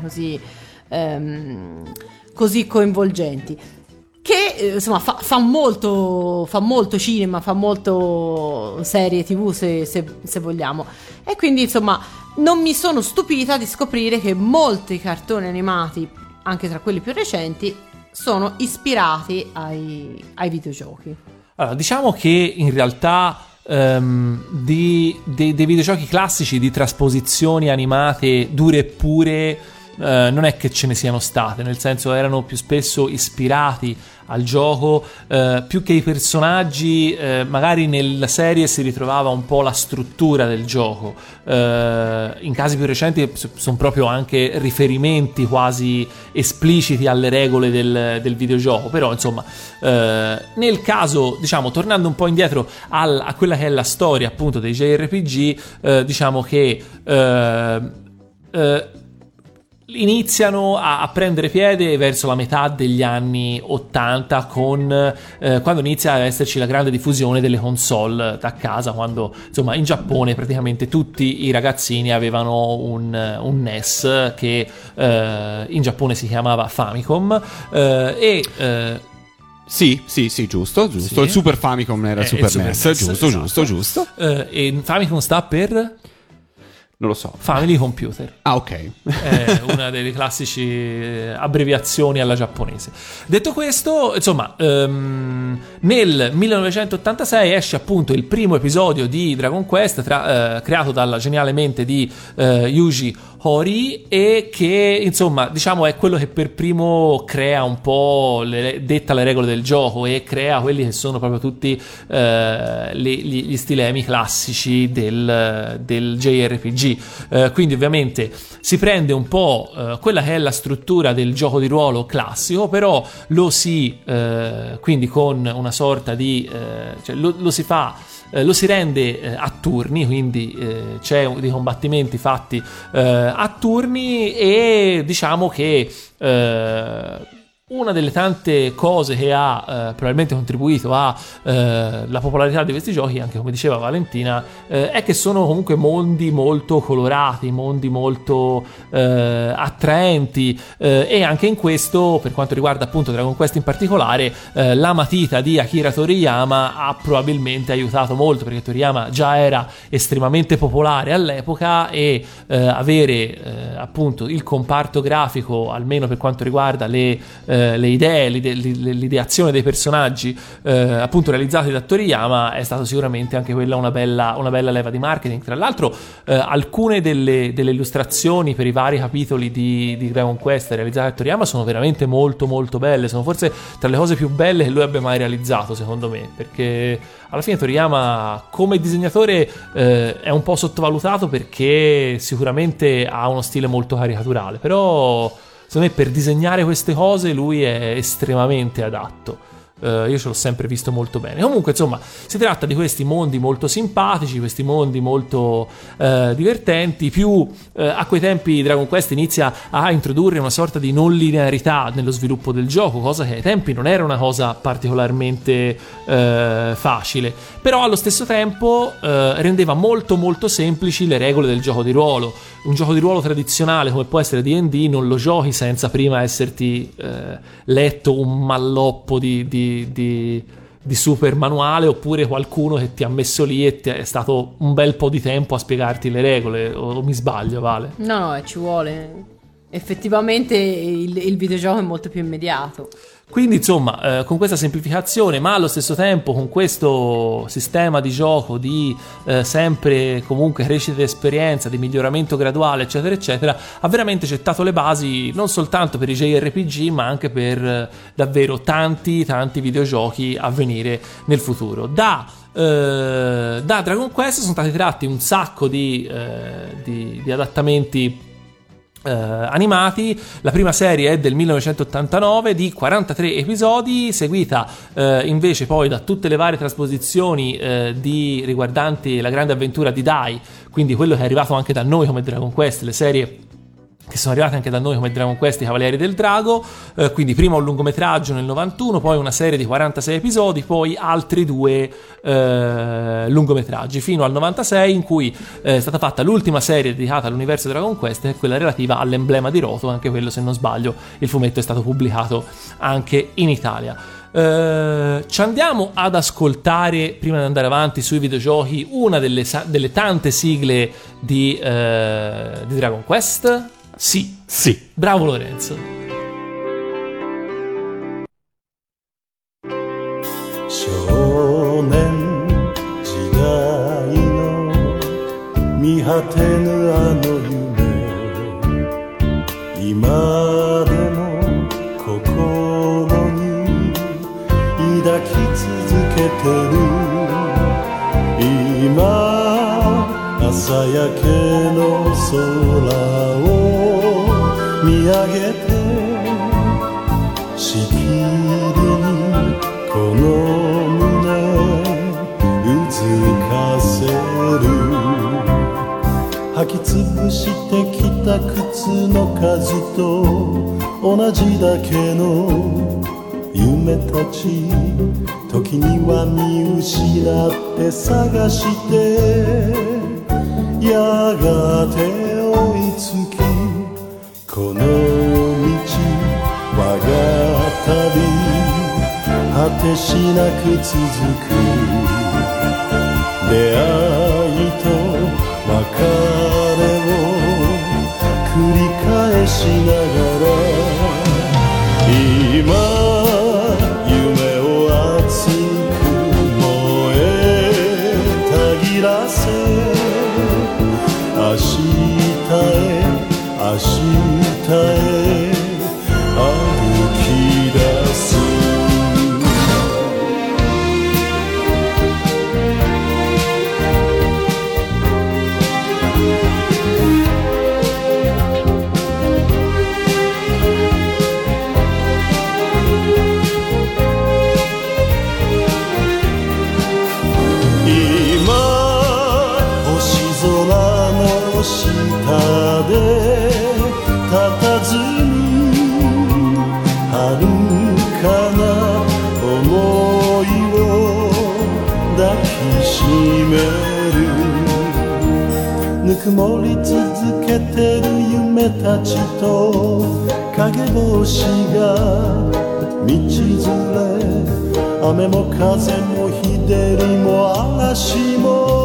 così coinvolgenti, che insomma fa molto cinema, fa molto serie TV se vogliamo. E quindi insomma non mi sono stupita di scoprire che molti cartoni animati, anche tra quelli più recenti, sono ispirati ai videogiochi. Allora, diciamo che in realtà dei videogiochi classici di trasposizioni animate dure e pure non è che ce ne siano state, nel senso erano più spesso ispirati al gioco, più che i personaggi. Magari nella serie si ritrovava un po' la struttura del gioco, in casi più recenti sono proprio anche riferimenti quasi espliciti alle regole del videogioco. Però insomma nel caso, diciamo, tornando un po' indietro a quella che è la storia appunto dei JRPG, diciamo che iniziano a prendere piede verso la metà degli anni 80 quando inizia a esserci la grande diffusione delle console da casa, quando insomma in Giappone praticamente tutti i ragazzini avevano un NES che in Giappone si chiamava Famicom Sì, giusto. Sì. Il Super Famicom era il Super NES, giusto. E Famicom sta per Non lo so. Family Computer. Ah, ok. È una delle classici abbreviazioni alla giapponese. Detto questo, insomma, nel 1986 esce appunto il primo episodio di Dragon Quest creato dalla geniale mente di Yuji Horii, e che insomma diciamo è quello che per primo crea un po' detta le regole del gioco e crea quelli che sono proprio tutti gli stilemi classici del JRPG. Quindi ovviamente si prende un po' quella che è la struttura del gioco di ruolo classico, però lo si quindi con una sorta di cioè lo si fa, lo si rende a turni, quindi c'è dei combattimenti fatti a turni, e diciamo che una delle tante cose che ha probabilmente contribuito alla popolarità di questi giochi, anche come diceva Valentina, è che sono comunque mondi molto colorati, mondi molto attraenti, e anche in questo, per quanto riguarda appunto Dragon Quest in particolare, la matita di Akira Toriyama ha probabilmente aiutato molto, perché Toriyama già era estremamente popolare all'epoca, e avere appunto il comparto grafico, almeno per quanto riguarda le idee, l'ideazione dei personaggi appunto realizzati da Toriyama, è stato sicuramente anche quella una bella leva di marketing. Tra l'altro alcune delle illustrazioni per i vari capitoli di Dragon Quest realizzate da Toriyama sono veramente molto molto belle, sono forse tra le cose più belle che lui abbia mai realizzato, secondo me, perché alla fine Toriyama come disegnatore è un po' sottovalutato, perché sicuramente ha uno stile molto caricaturale, però secondo me per disegnare queste cose lui è estremamente adatto. Io ce l'ho sempre visto molto bene. Comunque insomma si tratta di questi mondi molto simpatici, questi mondi molto divertenti. Più a quei tempi Dragon Quest inizia a introdurre una sorta di non linearità nello sviluppo del gioco, cosa che ai tempi non era una cosa particolarmente facile, però allo stesso tempo rendeva molto molto semplici le regole del gioco di ruolo. Un gioco di ruolo tradizionale come può essere D&D non lo giochi senza prima esserti letto un malloppo di super manuale, oppure qualcuno che ti ha messo lì e ti è stato un bel po' di tempo a spiegarti le regole, o mi sbaglio, Vale? No, ci vuole. Effettivamente il videogioco è molto più immediato. Quindi insomma con questa semplificazione, ma allo stesso tempo con questo sistema di gioco di sempre comunque crescita di esperienza, di miglioramento graduale, eccetera eccetera, ha veramente gettato le basi non soltanto per i JRPG, ma anche per davvero tanti videogiochi a venire nel futuro. Da Dragon Quest sono stati tratti un sacco di adattamenti animati. La prima serie è del 1989 di 43 episodi, seguita invece poi da tutte le varie trasposizioni riguardanti la grande avventura di Dai, quindi quello che è arrivato anche da noi come Dragon Quest, le serie che sono arrivate anche da noi come Dragon Quest, i Cavalieri del Drago, quindi prima un lungometraggio nel 91, poi una serie di 46 episodi, poi altri 2 lungometraggi, fino al 96 in cui è stata fatta l'ultima serie dedicata all'universo Dragon Quest, che è quella relativa all'emblema di Roto, anche quello, se non sbaglio, il fumetto è stato pubblicato anche in Italia. Ci andiamo ad ascoltare, prima di andare avanti sui videogiochi, una delle tante sigle di Dragon Quest? Sì, bravo Lorenzo. 少年時代の見果てぬあの夢、今でも心に抱き続けてる。今朝焼けの空を見上げてしきりにこの胸うずかせる。履き潰してきた靴の数と同じだけの夢たち、時には見失って探してやがて追いつき、この道我が旅果てしなく続く。出会いと別れしながら今夢を熱く燃えたぎらせ明日へ明日へ歩き出す下で佇む遥かな想いを抱きしめるぬくもり続けてる夢たちと影星が道連れ雨も風も日照りも嵐も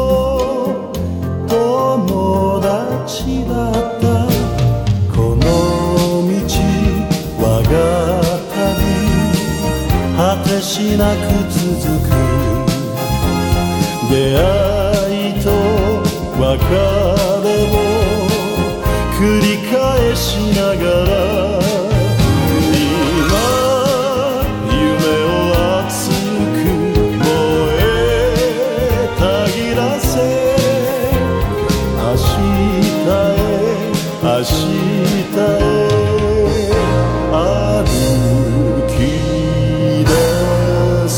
友達だったこの道我が旅果てしなく続く出会いと別れを繰り返しながら今夢を熱く燃えたぎらせ明日へ歩き出す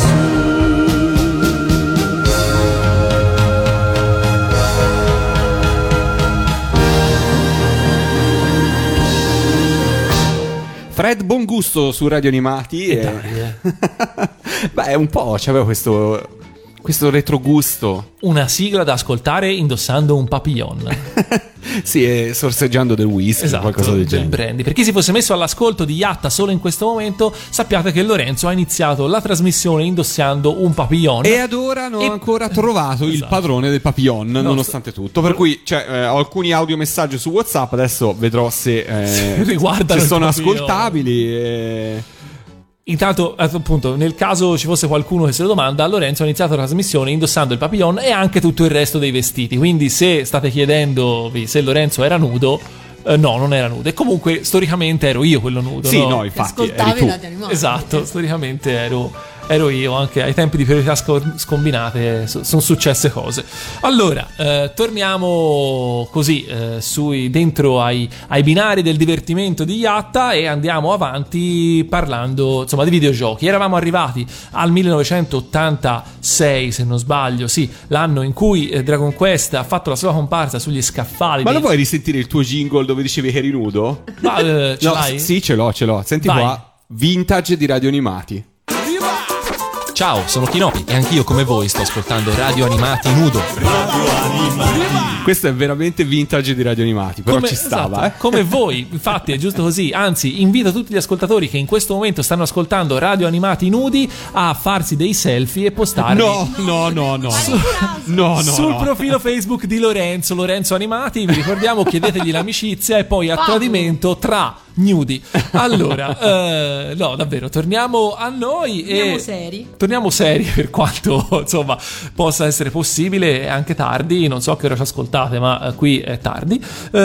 Fred Bongusto su Radio Animati Beh, un po' c'aveva questo retrogusto. Una sigla da ascoltare indossando un papillon. Sì, e sorseggiando del whisky, esatto, qualcosa del genere. Brandy. Per chi si fosse messo all'ascolto di Yatta solo in questo momento, sappiate che Lorenzo ha iniziato la trasmissione indossando un papillon. E ad ora non ho ancora trovato il padrone del papillon, nonostante tutto. Per cui ho alcuni audiomessaggi su WhatsApp, adesso vedrò se riguardano se sono il papillon. ascoltabili. Intanto, appunto, nel caso ci fosse qualcuno che se lo domanda, Lorenzo ha iniziato la trasmissione indossando il papillon e anche tutto il resto dei vestiti. Quindi se state chiedendovi se Lorenzo era nudo, no, non era nudo. E comunque storicamente ero io quello nudo. Sì, no, no, infatti eri ascoltavi tu. Radio Animati. Esatto, storicamente ero io, anche ai tempi di priorità scombinate sono successe cose. Allora, torniamo così dentro ai binari del divertimento di Yatta e andiamo avanti parlando, insomma, di videogiochi. Eravamo arrivati al 1986, se non sbaglio, sì, l'anno in cui Dragon Quest ha fatto la sua comparsa sugli scaffali. Ma lo vuoi risentire il tuo jingle dove dicevi che eri nudo? Ma, ce No, l'hai? sì, ce l'ho. Senti Vai. qua, vintage di Radio Animati. Ciao, sono Kinopi e anch'io come voi sto ascoltando Radio Animati nudo. Questo è veramente vintage di Radio Animati, però ci stava, esatto, come voi, infatti è giusto così. Anzi, invito tutti gli ascoltatori che in questo momento stanno ascoltando Radio Animati nudi a farsi dei selfie e postarli No. sul profilo Facebook di Lorenzo Animati. Vi ricordiamo, chiedetegli l'amicizia e poi a tradimento tra nudi. Allora, no, davvero, torniamo a noi torniamo seri per quanto insomma possa essere possibile. È anche tardi, non so che ora ci ascoltate, ma qui è tardi.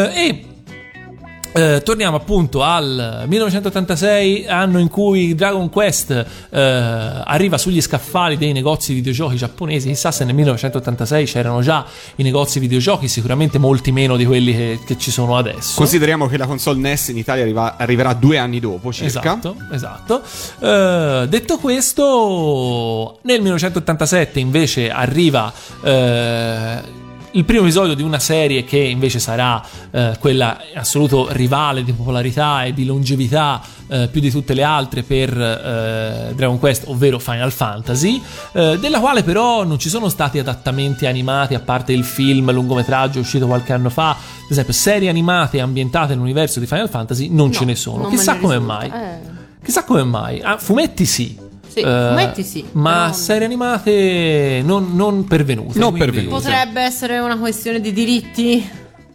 Torniamo appunto al 1986, anno in cui Dragon Quest arriva sugli scaffali dei negozi videogiochi giapponesi. Chissà se nel 1986 c'erano già i negozi videogiochi, sicuramente molti meno di quelli che ci sono adesso. Consideriamo che la console NES in Italia arriverà 2 anni dopo circa. Esatto. Detto questo, nel 1987 invece arriva il primo episodio di una serie che invece sarà quella assoluto rivale di popolarità e di longevità più di tutte le altre per Dragon Quest, ovvero Final Fantasy, della quale però non ci sono stati adattamenti animati, a parte il film lungometraggio uscito qualche anno fa. Ad esempio, serie animate ambientate nell'universo di Final Fantasy non ce ne sono. Chissà come mai. Chissà come mai. Fumetti sì. Sì, fumetti sì. Ma però serie animate non pervenute. Non quindi- pervenute. potrebbe essere una questione di diritti.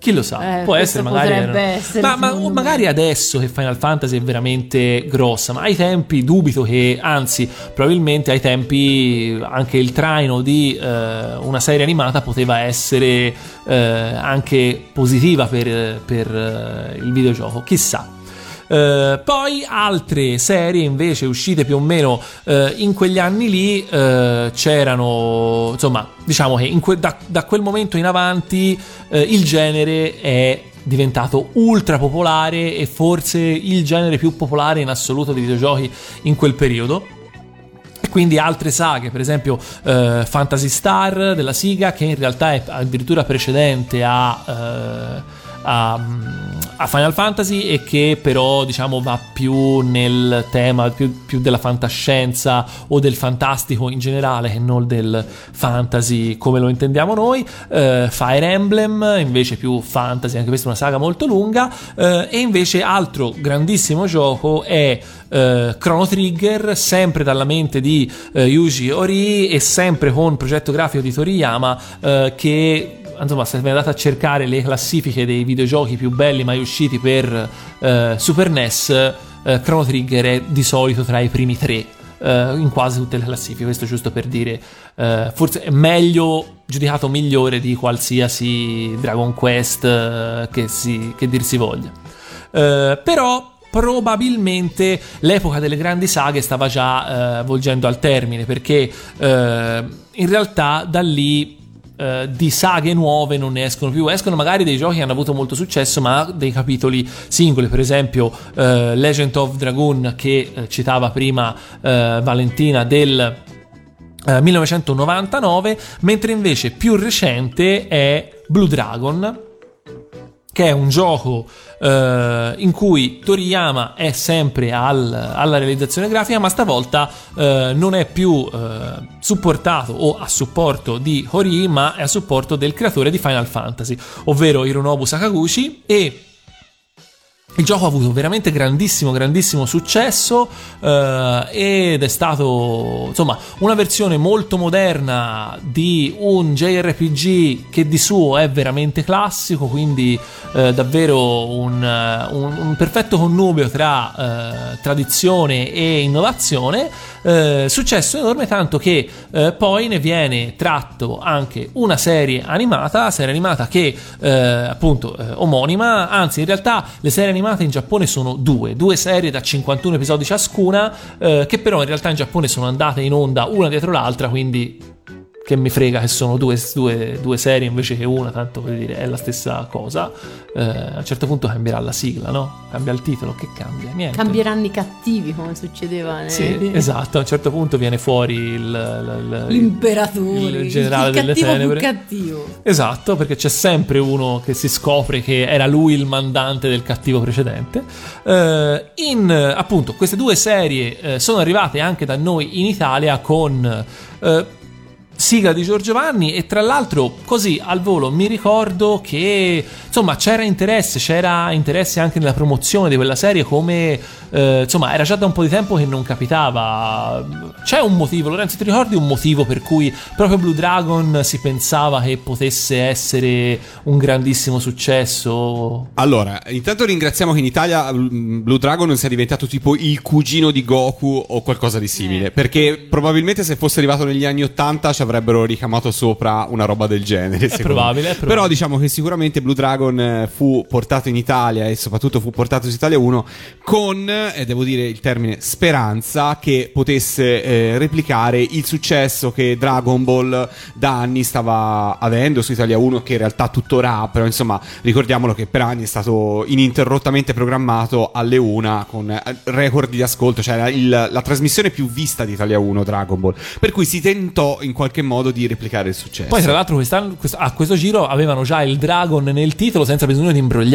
Chi lo sa, può essere, magari potrebbe essere, ma magari adesso che Final Fantasy è veramente grossa, ma ai tempi dubito che, anzi probabilmente ai tempi anche il traino di una serie animata poteva essere anche positiva per il videogioco, chissà. Poi altre serie invece uscite più o meno in quegli anni lì, c'erano, insomma, diciamo che da quel momento in avanti il genere è diventato ultra popolare e forse il genere più popolare in assoluto di videogiochi in quel periodo. E quindi altre saghe, per esempio Phantasy Star della Sega, che in realtà è addirittura precedente a Final Fantasy e che però diciamo va più nel tema più della fantascienza o del fantastico in generale che non del fantasy come lo intendiamo noi. Fire Emblem invece più fantasy, anche questa è una saga molto lunga. E invece altro grandissimo gioco è Chrono Trigger, sempre dalla mente di Yuji Horii e sempre con progetto grafico di Toriyama, che insomma, se andate a cercare le classifiche dei videogiochi più belli mai usciti per Super NES, Chrono Trigger è di solito tra i primi 3 in quasi tutte le classifiche. Questo giusto per dire, forse è giudicato migliore di qualsiasi Dragon Quest che dir si voglia. Però probabilmente l'epoca delle grandi saghe stava già volgendo al termine, perché in realtà da lì di saghe nuove non ne escono più. Escono magari dei giochi che hanno avuto molto successo, ma dei capitoli singoli, per esempio Legend of Dragoon che citava prima Valentina, del 1999, mentre invece più recente è Blue Dragon, che è un gioco in cui Toriyama è sempre alla realizzazione grafica, ma stavolta non è più supportato o a supporto di Horii, ma è a supporto del creatore di Final Fantasy, ovvero Hironobu Sakaguchi. E il gioco ha avuto veramente grandissimo successo ed è stato, insomma, una versione molto moderna di un JRPG che di suo è veramente classico, quindi davvero un perfetto connubio tra tradizione e innovazione. Successo enorme, tanto che poi ne viene tratto anche una serie animata che appunto omonima, anzi in realtà le serie animate in Giappone sono due serie da 51 episodi ciascuna, che però in realtà in Giappone sono andate in onda una dietro l'altra, quindi che mi frega che sono due serie invece che una, tanto per dire è la stessa cosa. A un certo punto cambierà la sigla, no? Cambia il titolo, che cambia? Niente. Cambieranno i cattivi, come succedeva sì, esatto, a un certo punto viene fuori l'imperatore, il generale delle tenebre, più cattivo. Esatto, perché c'è sempre uno che si scopre che era lui il mandante del cattivo precedente. Appunto queste due serie sono arrivate anche da noi in Italia con sigla di Giorgio Vanni, e tra l'altro così al volo mi ricordo che insomma c'era interesse anche nella promozione di quella serie, come insomma era già da un po' di tempo che non capitava. C'è un motivo, Lorenzo, ti ricordi un motivo per cui proprio Blue Dragon si pensava che potesse essere un grandissimo successo? Allora, intanto ringraziamo che in Italia Blue Dragon sia diventato tipo il cugino di Goku o qualcosa di simile, perché probabilmente se fosse arrivato negli anni 80 ci avrebbero ricamato sopra una roba del genere. È probabile. Però diciamo che sicuramente Blue Dragon fu portato in Italia e soprattutto fu portato su Italia 1 con, devo dire il termine, speranza che potesse replicare il successo che Dragon Ball da anni stava avendo su Italia 1, che in realtà tuttora ha, però insomma ricordiamolo che per anni è stato ininterrottamente programmato alle 1 con record di ascolto, cioè la trasmissione più vista di Italia 1, Dragon Ball, per cui si tentò in qualche modo di replicare il successo. Poi tra l'altro a questo giro avevano già il Dragon nel titolo senza bisogno di imbrogliare.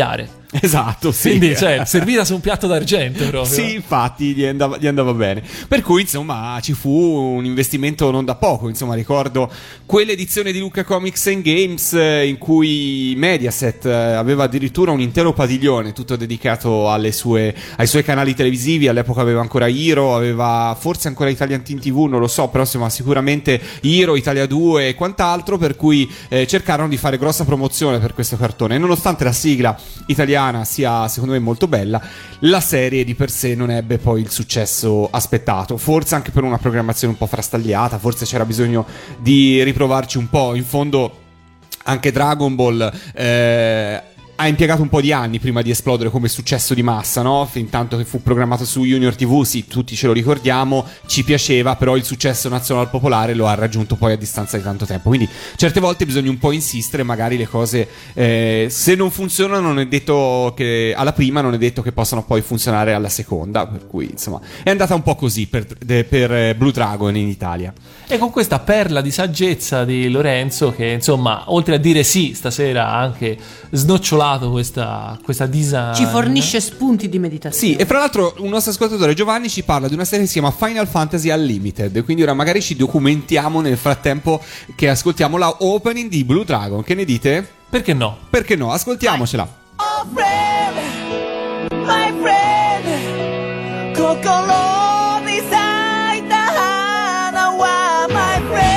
Esatto, sì. Quindi, cioè, servita su un piatto d'argento proprio. Sì, infatti gli andava bene. Per cui, insomma, ci fu un investimento non da poco. Insomma, ricordo quell'edizione di Lucca Comics and Games in cui Mediaset aveva addirittura un intero padiglione tutto dedicato ai suoi canali televisivi. All'epoca aveva ancora Iro, aveva forse ancora Italian Teen TV, non lo so, però insomma sicuramente Iro, Italia 2 e quant'altro, per cui cercarono di fare grossa promozione per questo cartone. E nonostante la sigla italiana sia secondo me molto bella, la serie di per sé non ebbe poi il successo aspettato, forse anche per una programmazione un po' frastagliata, forse c'era bisogno di riprovarci un po'. In fondo anche Dragon Ball ha impiegato un po' di anni prima di esplodere come successo di massa, no? Fin tanto che fu programmato su Junior TV, sì, tutti ce lo ricordiamo, ci piaceva, però il successo nazional popolare lo ha raggiunto poi a distanza di tanto tempo. Quindi certe volte bisogna un po' insistere, magari le cose se non funzionano non è detto che alla prima, non è detto che possano poi funzionare alla seconda, per cui insomma è andata un po' così per Blue Dragon in Italia. E con questa perla di saggezza di Lorenzo, che insomma oltre a dire sì stasera ha anche snocciolato questa design, ci fornisce spunti di meditazione. Sì, e fra l'altro un nostro ascoltatore Giovanni ci parla di una serie che si chiama Final Fantasy Unlimited, quindi ora magari ci documentiamo nel frattempo che ascoltiamo la opening di Blue Dragon. Che ne dite? Perché no? Perché no? Ascoltiamocela. Oh friend, my friend, kokoro ni saita hana wa my friend.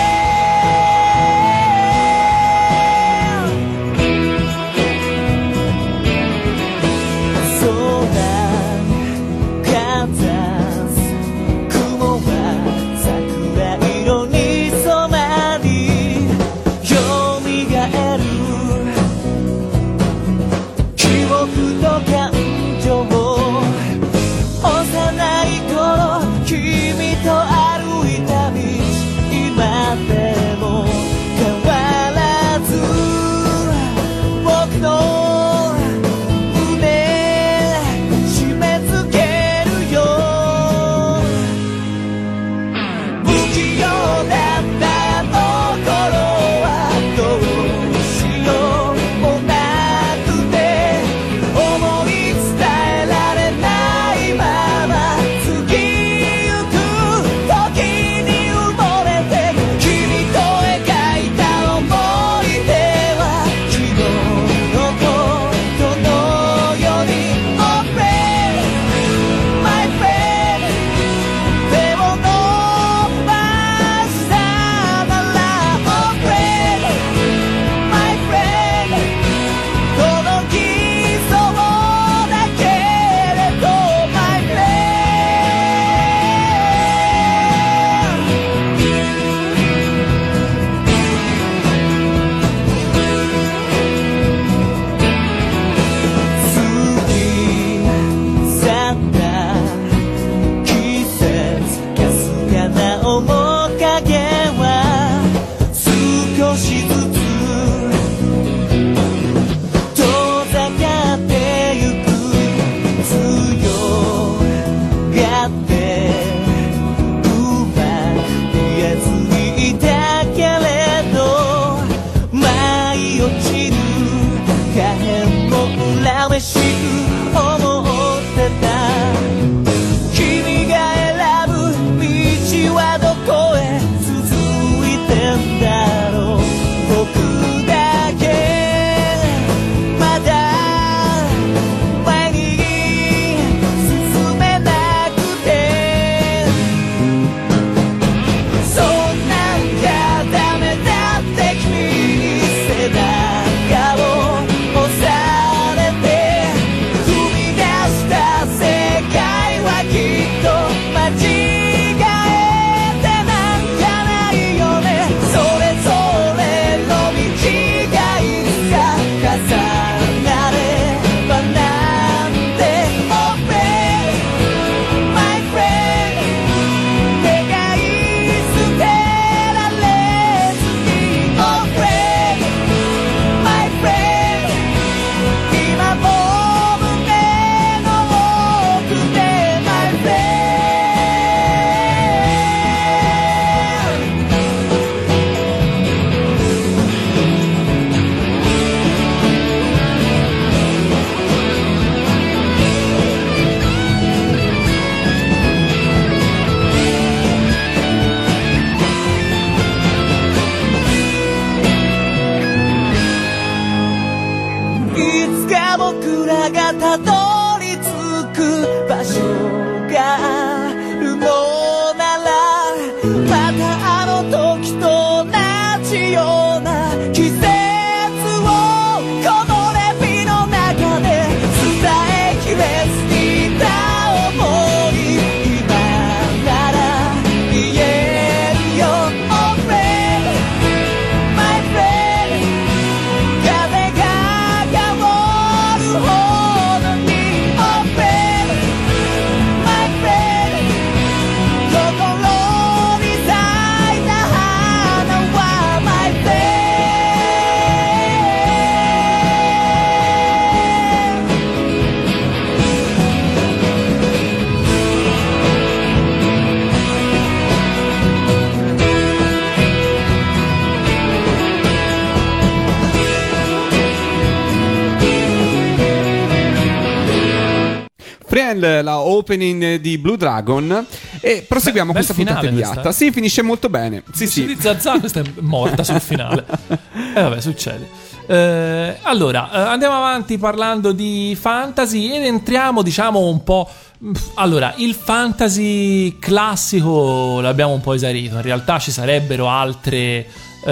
僕らがたどり着く場所があるのならまたあの時と同じような季節をこのレビの中で伝えきれずにいた想い今なら言えるよ Oh friend my friend 風が香るほどに Oh friend my friend 心に咲いた花は my friend Friend, la opening di Blue Dragon. E proseguiamo Bel questa puntata finale di questa. Atta. Sì, finisce molto bene. Sì, Sì. sì. Di Zazà, questa è morta sul finale. E vabbè, succede. Allora, andiamo avanti parlando di fantasy ed entriamo, diciamo, un po'. Allora, il fantasy classico l'abbiamo un po' esaurito. In realtà ci sarebbero altri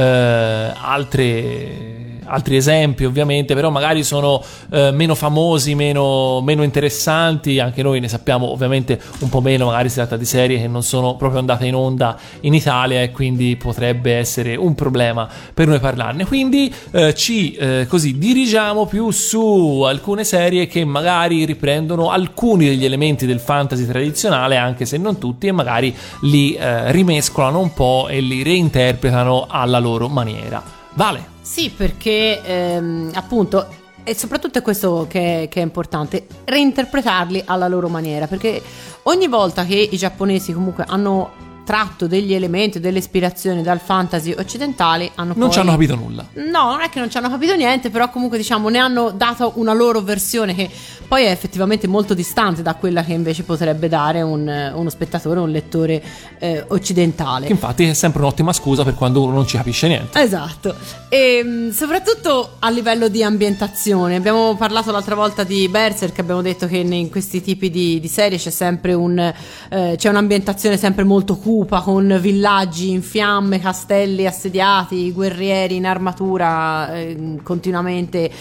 esempi, ovviamente, però magari sono meno famosi, meno interessanti. Anche noi ne sappiamo ovviamente un po' meno, magari si tratta di serie che non sono proprio andate in onda in Italia e quindi potrebbe essere un problema per noi parlarne. Quindi così dirigiamo più su alcune serie che magari riprendono alcuni degli elementi del fantasy tradizionale, anche se non tutti, e magari li rimescolano un po' e li reinterpretano alla loro maniera. Vale? Sì, perché appunto, e soprattutto è questo che è importante, reinterpretarli alla loro maniera, perché ogni volta che i giapponesi comunque hanno tratto degli elementi, delle ispirazioni dal fantasy occidentale, Non ci hanno capito nulla. No, non è che non ci hanno capito niente, però comunque diciamo ne hanno dato una loro versione che poi è effettivamente molto distante da quella che invece potrebbe dare uno spettatore, un lettore occidentale. Che infatti è sempre un'ottima scusa per quando uno non ci capisce niente. Esatto, e soprattutto a livello di ambientazione. Abbiamo parlato l'altra volta di Berserk, abbiamo detto che in questi tipi di serie c'è sempre c'è un'ambientazione sempre molto cupa, con villaggi in fiamme, castelli assediati, guerrieri in armatura continuamente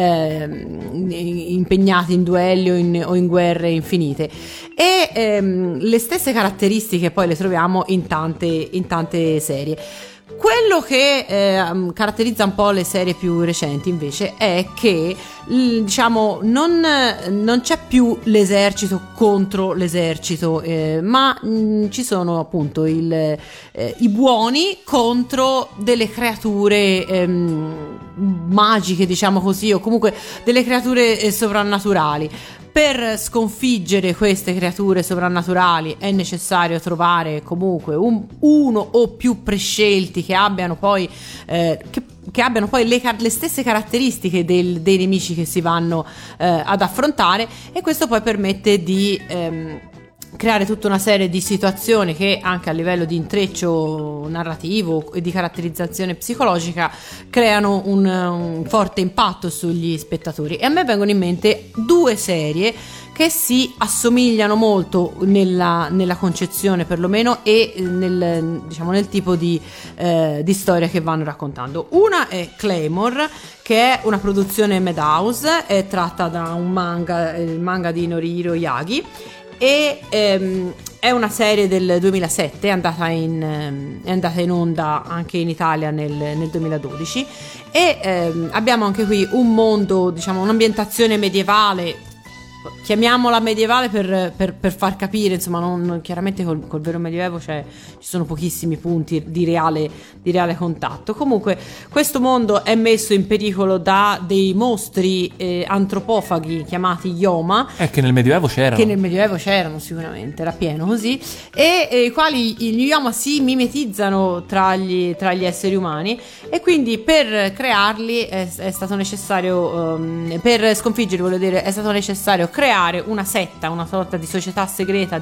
impegnati in duelli o in guerre infinite, e le stesse caratteristiche poi le troviamo in tante serie. Quello che caratterizza un po' le serie più recenti invece è che diciamo non c'è più l'esercito contro l'esercito, ma ci sono appunto i buoni contro delle creature magiche, diciamo così, o comunque delle creature sovrannaturali. Per sconfiggere queste creature sovrannaturali è necessario trovare comunque uno o più prescelti che abbiano poi che abbiano poi le stesse caratteristiche dei nemici che si vanno ad affrontare, e questo poi permette di creare tutta una serie di situazioni che anche a livello di intreccio narrativo e di caratterizzazione psicologica creano un forte impatto sugli spettatori. E a me vengono in mente due serie che si assomigliano molto nella concezione perlomeno e nel tipo di storia che vanno raccontando. Una è Claymore, che è una produzione Madhouse, è tratta da un manga, il manga di Norihiro Yagi, e è una serie del 2007, è andata in onda anche in Italia nel 2012, e abbiamo anche qui un mondo, diciamo un'ambientazione medievale, chiamiamola medievale per far capire, insomma, non chiaramente col vero medioevo ci sono pochissimi punti di reale contatto. Comunque questo mondo è messo in pericolo da dei mostri antropofagi chiamati Yoma, Che nel medioevo c'erano. Sicuramente, era pieno così, e i quali gli Yoma si mimetizzano tra gli esseri umani, e quindi per crearli è stato necessario, per sconfiggerli voglio dire, è stato necessario creare una setta, una sorta di società segreta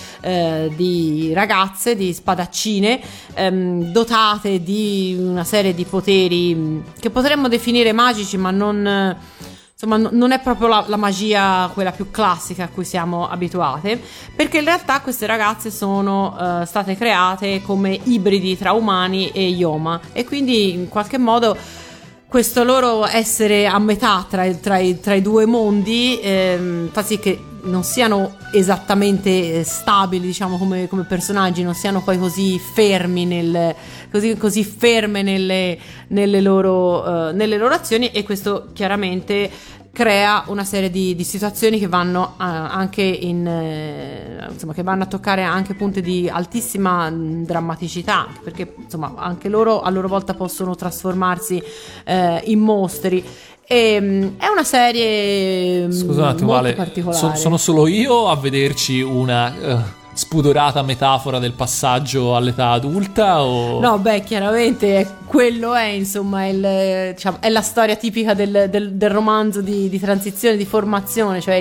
di ragazze, di spadaccine, dotate di una serie di poteri che potremmo definire magici, ma non insomma non è proprio la magia quella più classica a cui siamo abituate, perché in realtà queste ragazze sono state create come ibridi tra umani e Yoma, e quindi in qualche modo questo loro essere a metà tra i due mondi fa sì che non siano esattamente stabili, diciamo, come personaggi, non siano poi così fermi così ferme nelle loro azioni, e questo chiaramente crea una serie di situazioni che vanno anche insomma, che vanno a toccare anche punti di altissima drammaticità, perché insomma anche loro a loro volta possono trasformarsi in mostri. È una serie Scusate, molto Vale, particolare. sono solo io a vederci una spudorata metafora del passaggio all'età adulta o... No, beh, chiaramente quello è, insomma, diciamo, è la storia tipica del romanzo di transizione, di formazione, cioè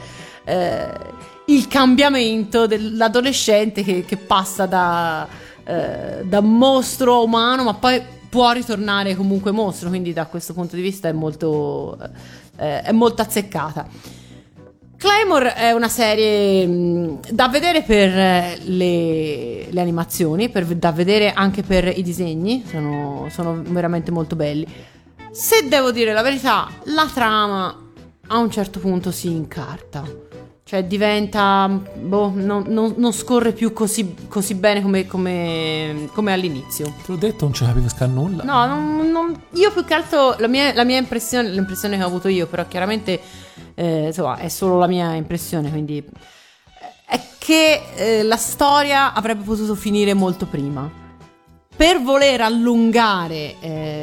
il cambiamento dell'adolescente che passa da mostro a umano, ma poi può ritornare comunque mostro, quindi da questo punto di vista è molto azzeccata. Claymore è una serie da vedere per le animazioni, da vedere anche per i disegni, sono veramente molto belli. Se devo dire la verità, la trama a un certo punto si incarta, cioè diventa non scorre più così bene come all'inizio. Te l'ho detto, non ce capisco nulla. No, io più che altro la mia impressione, l'impressione che ho avuto io, però chiaramente insomma è solo la mia impressione, quindi è che la storia avrebbe potuto finire molto prima. Per voler allungare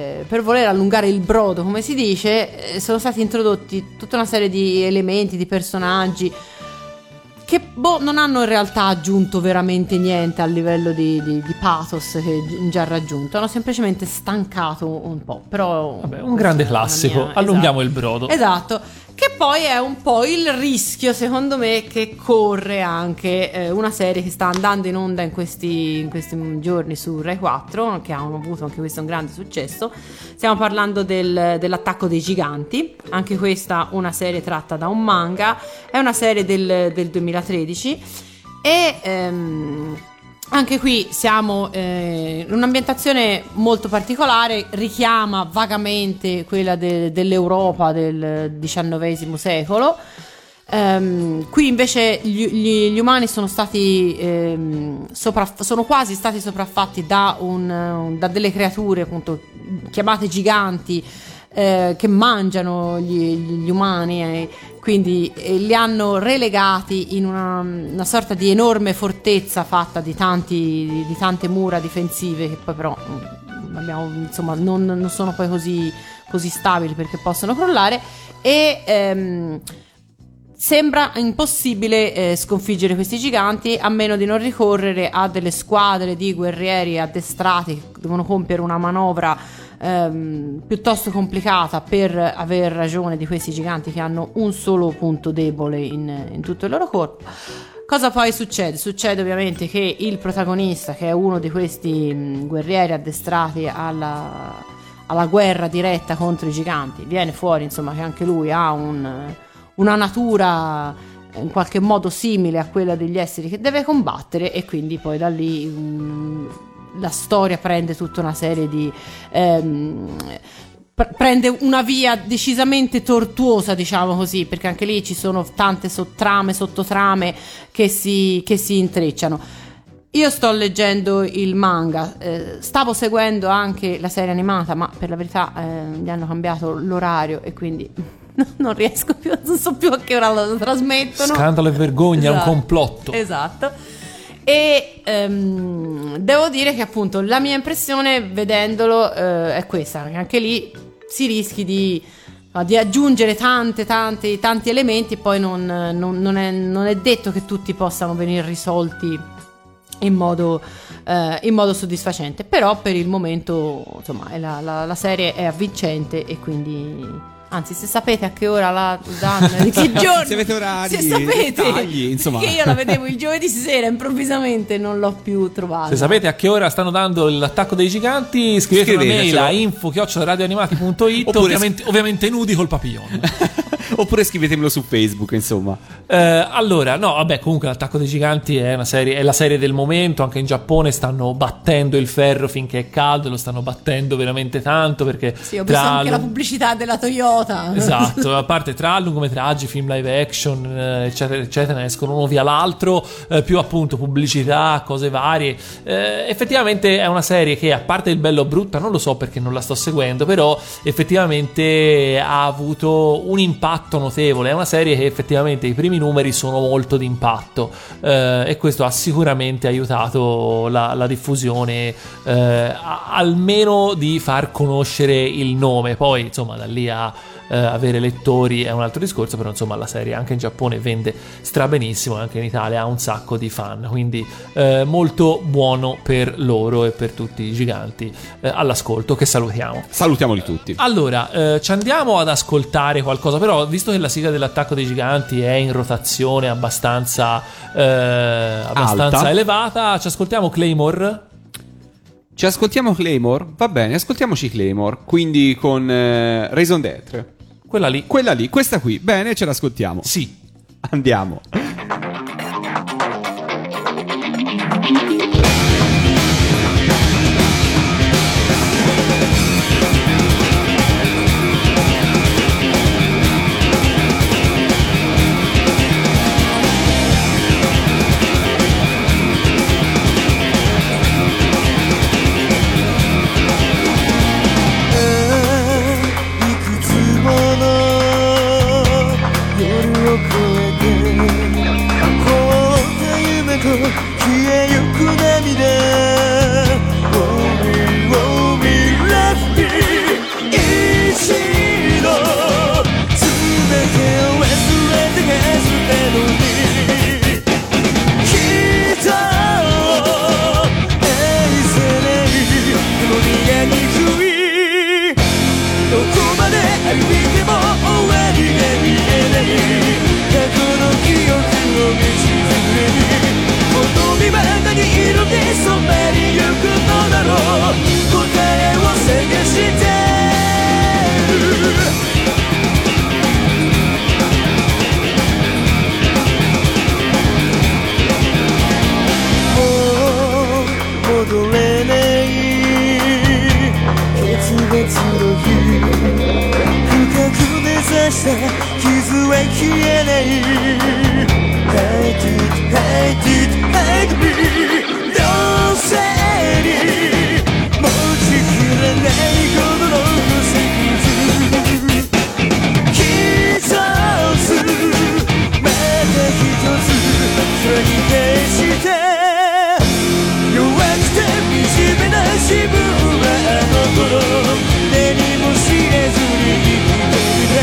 il brodo, come si dice, sono stati introdotti tutta una serie di elementi, di personaggi che non hanno in realtà aggiunto veramente niente a livello di pathos che già raggiunto, hanno semplicemente stancato un po'. Però vabbè, un grande classico, allunghiamo il brodo. Esatto. Che poi è un po' il rischio, secondo me, che corre anche una serie che sta andando in onda in questi giorni su Rai 4, che hanno avuto anche questo un grande successo. Stiamo parlando dell'Attacco dei Giganti, anche questa una serie tratta da un manga, è una serie del 2013 e anche qui siamo in un'ambientazione molto particolare, richiama vagamente quella dell'Europa del XIX secolo. Qui invece gli umani sono stati sono quasi stati sopraffatti da delle creature appunto chiamate giganti, che mangiano gli umani, quindi li hanno relegati in una sorta di enorme fortezza fatta di tante mura difensive che poi però insomma non sono poi così stabili perché possono crollare, e sembra impossibile sconfiggere questi giganti a meno di non ricorrere a delle squadre di guerrieri addestrati che devono compiere una manovra piuttosto complicata per aver ragione di questi giganti che hanno un solo punto debole in tutto il loro corpo. Cosa poi succede? Succede ovviamente che il protagonista, che è uno di questi guerrieri addestrati alla guerra diretta contro i giganti, viene fuori insomma che anche lui ha una natura in qualche modo simile a quella degli esseri che deve combattere, e quindi poi da lì la storia prende tutta una serie di prende una via decisamente tortuosa, diciamo così, perché anche lì ci sono tante sottotrame che si intrecciano. Io sto leggendo il manga, stavo seguendo anche la serie animata, ma per la verità gli hanno cambiato l'orario e quindi non riesco più, non so più a che ora lo trasmettono. Scandalo e vergogna, esatto. Un complotto. Esatto. E devo dire che appunto la mia impressione vedendolo è questa, che anche lì si rischi di aggiungere tanti elementi, poi non è detto che tutti possano venire risolti in modo soddisfacente, però per il momento insomma la serie è avvincente e quindi Anzi, se sapete a che ora la danno, di che giorno, se avete orari, se sapete, dettagli, insomma. che io la vedevo il giovedì sera, improvvisamente non l'ho più trovata. Se sapete a che ora stanno dando l'attacco dei giganti, scrivete una mail a info@radioanimati.it, ovviamente nudi col papillon. Oppure scrivetemelo su Facebook, insomma. Allora, no, vabbè, comunque l'attacco dei giganti è una serie, è la serie del momento. Anche in Giappone stanno battendo il ferro finché è caldo, lo stanno battendo veramente tanto, perché sì, ho visto anche la pubblicità della Toyota. Esatto, a parte tra lungometraggi, film live action, eccetera eccetera, ne escono uno via l'altro, più appunto pubblicità, cose varie. Effettivamente è una serie che, a parte il bello o brutta, non lo so perché non la sto seguendo, però effettivamente ha avuto un impatto notevole. È una serie che effettivamente i primi numeri sono molto d'impatto, e questo ha sicuramente aiutato la diffusione, almeno di far conoscere il nome. Poi insomma da lì a avere lettori è un altro discorso, però insomma la serie anche in Giappone vende strabenissimo, anche in Italia ha un sacco di fan, quindi molto buono per loro e per tutti i giganti all'ascolto, che salutiamoli tutti. Allora ci andiamo ad ascoltare qualcosa, però visto che la sigla dell'attacco dei giganti è in rotazione abbastanza elevata, ci ascoltiamo Claymore. Ci ascoltiamo Claymore? Va bene, ascoltiamoci Claymore, quindi con Raison d'être. Quella lì, questa qui. Bene, ce l'ascoltiamo. Sì. Andiamo.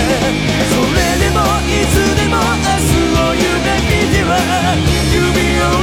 「指を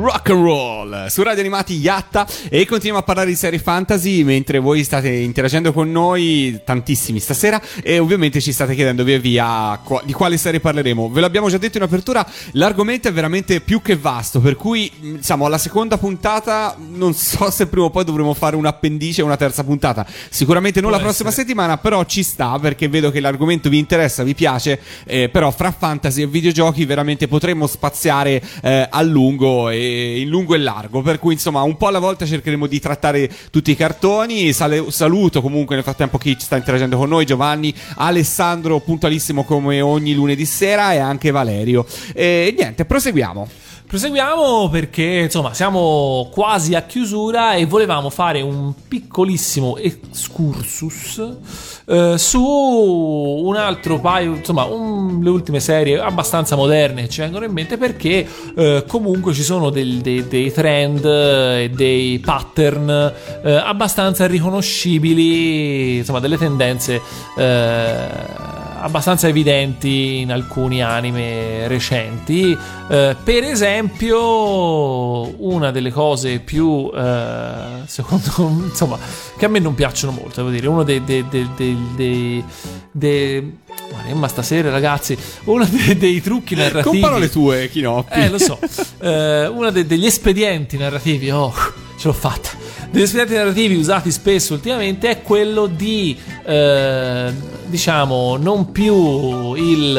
Rock and Roll su Radio Animati Yatta, e continuiamo a parlare di serie fantasy mentre voi state interagendo con noi tantissimi stasera, e ovviamente ci state chiedendo via via di quale serie parleremo. Ve l'abbiamo già detto in apertura, l'argomento è veramente più che vasto, per cui diciamo alla seconda puntata non so se prima o poi dovremo fare un appendice o una terza puntata, sicuramente non la prossima settimana, però ci sta perché vedo che l'argomento vi interessa, vi piace, però fra fantasy e videogiochi veramente potremmo spaziare a lungo e in lungo e largo, per cui insomma un po' alla volta cercheremo di trattare tutti i cartoni. Saluto comunque nel frattempo chi sta interagendo con noi: Giovanni, Alessandro puntualissimo come ogni lunedì sera, e anche Valerio. E niente, proseguiamo perché insomma siamo quasi a chiusura e volevamo fare un piccolissimo excursus su un altro paio, insomma le ultime serie abbastanza moderne che ci vengono in mente, perché comunque ci sono dei trend e dei pattern abbastanza riconoscibili, insomma delle tendenze abbastanza evidenti in alcuni anime recenti. Per esempio, una delle cose più secondo insomma che a me non piacciono molto, devo dire, uno ma stasera ragazzi, uno dei trucchi narrativi, con parole tue, Chinoppi, lo so, uno degli espedienti narrativi, ce l'ho fatta, degli espedienti narrativi usati spesso ultimamente è quello di diciamo non più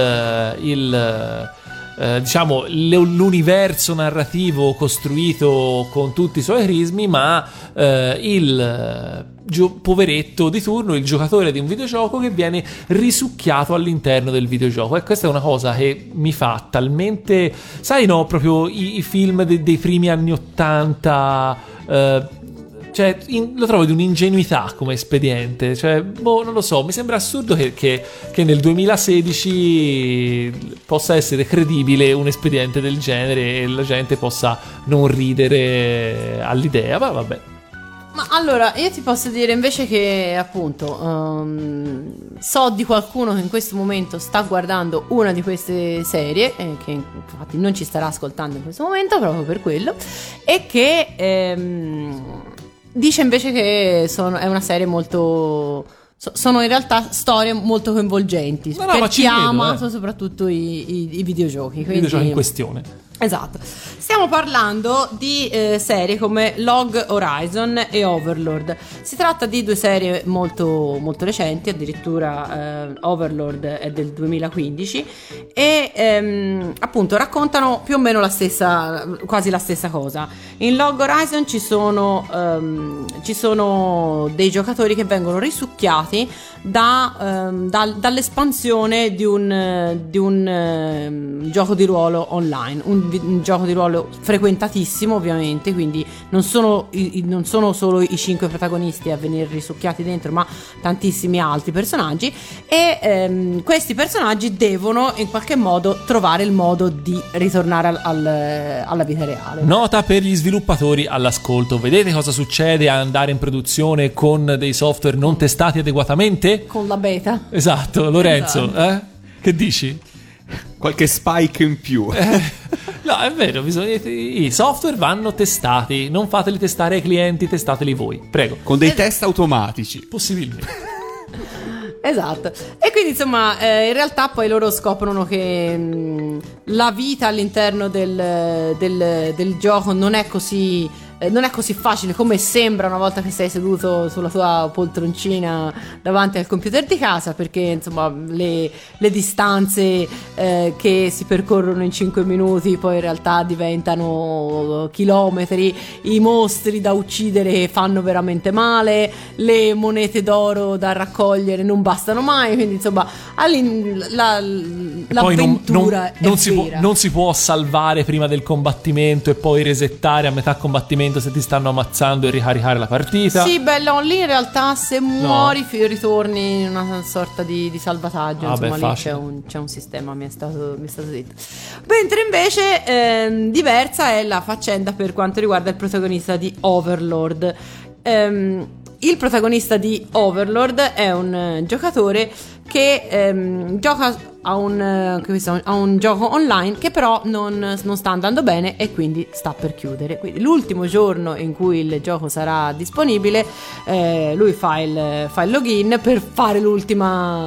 diciamo l'universo narrativo costruito con tutti i suoi crismi, ma il poveretto di turno, il giocatore di un videogioco che viene risucchiato all'interno del videogioco. E questa è una cosa che mi fa talmente, sai, no, proprio i film dei primi anni '80, cioè lo trovo di un'ingenuità come espediente, cioè non lo so, mi sembra assurdo che nel 2016 possa essere credibile un espediente del genere e la gente possa non ridere all'idea, ma vabbè. Ma allora, io ti posso dire invece che appunto so di qualcuno che in questo momento sta guardando una di queste serie, che infatti non ci starà ascoltando in questo momento proprio per quello, e che dice invece che è una serie molto... sono in realtà storie molto coinvolgenti, per chi ha amato soprattutto i videogiochi. I videogiochi in questione. Esatto. Stiamo parlando di serie come Log Horizon e Overlord. Si tratta di due serie molto, molto recenti, addirittura Overlord è del 2015, e appunto raccontano più o meno quasi la stessa cosa. In Log Horizon ci sono dei giocatori che vengono risucchiati dall'espansione di un gioco di ruolo online, un gioco di ruolo frequentatissimo ovviamente, quindi non sono solo i 5 protagonisti a venire risucchiati dentro, ma tantissimi altri personaggi, e questi personaggi devono in qualche modo trovare il modo di ritornare alla vita reale. Nota per gli sviluppatori all'ascolto: vedete cosa succede a andare in produzione con dei software non testati adeguatamente? Con la beta. Esatto, Lorenzo, esatto. Che dici? Qualche spike in più. No, è vero, i software vanno testati, non fateli testare ai clienti, testateli voi, prego. Con dei test automatici. Possibilmente. Esatto. E quindi insomma in realtà poi loro scoprono che la vita all'interno del gioco non è così facile come sembra una volta che sei seduto sulla tua poltroncina davanti al computer di casa, perché insomma le distanze che si percorrono in 5 minuti poi in realtà diventano chilometri, i mostri da uccidere fanno veramente male, le monete d'oro da raccogliere non bastano mai, quindi insomma l'avventura non si può salvare prima del combattimento e poi resettare a metà combattimento se ti stanno ammazzando e ricaricare la partita. Sì, bello, lì in realtà se muori ritorni in una sorta di salvataggio. Insomma, lì c'è un sistema, mi è stato detto. Mentre invece diversa è la faccenda per quanto riguarda il protagonista di Overlord. Il protagonista di Overlord è un giocatore che gioca a un gioco online che però non sta andando bene e quindi sta per chiudere. Quindi l'ultimo giorno in cui il gioco sarà disponibile, lui fa il login per fare l'ultima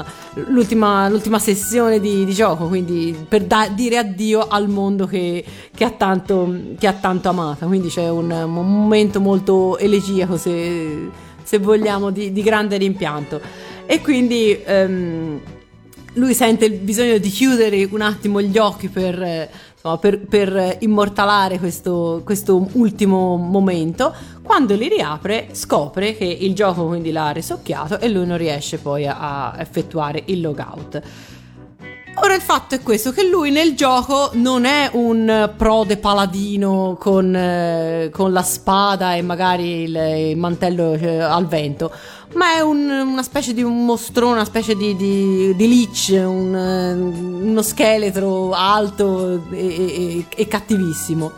sessione di gioco, quindi per dire addio al mondo che ha tanto amato. Quindi c'è un momento molto elegiaco, se vogliamo, di grande rimpianto, e quindi lui sente il bisogno di chiudere un attimo gli occhi per immortalare questo ultimo momento. Quando li riapre, scopre che il gioco quindi l'ha risocchiato e lui non riesce poi a effettuare il logout. Ora il fatto è questo, che lui nel gioco non è un prode paladino con la spada e magari il mantello al vento, ma è una specie di un mostrone, una specie di lich, uno scheletro alto e cattivissimo.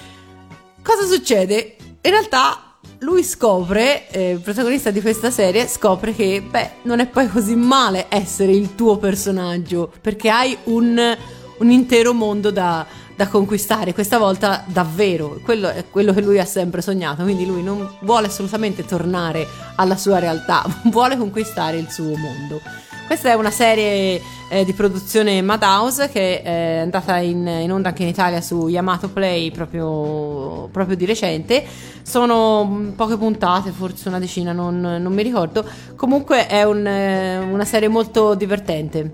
Cosa succede? In realtà lui scopre, il protagonista di questa serie scopre che non è poi così male essere il tuo personaggio, perché hai un intero mondo da conquistare, questa volta davvero. Quello è quello che lui ha sempre sognato, quindi lui non vuole assolutamente tornare alla sua realtà, vuole conquistare il suo mondo. Questa è una serie di produzione Madhouse che è andata in onda anche in Italia su Yamato Play proprio di recente. Sono poche puntate, forse una decina, non mi ricordo. Comunque è una serie molto divertente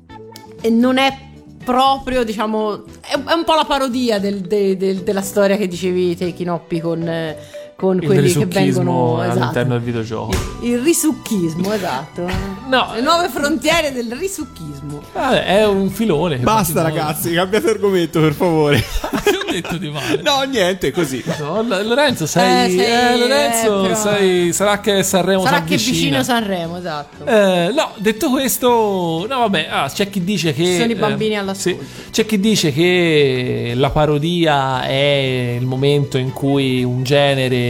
e non è proprio, diciamo, è un po' la parodia della storia che dicevi te, Chinoppi, con quelli che vengono all'interno del videogioco. Il risucchismo, esatto. No, le nuove frontiere del risucchismo. È un filone. Basta ragazzi, cambiate argomento per favore. Che ho detto di male? No, niente, così. No, Lorenzo, Lorenzo, sarà che Sanremo sarà che vicino vicino Sanremo, esatto. No, detto questo, no vabbè, c'è chi dice che ci sono i bambini all'ascolto. Sì, c'è chi dice che la parodia è il momento in cui un genere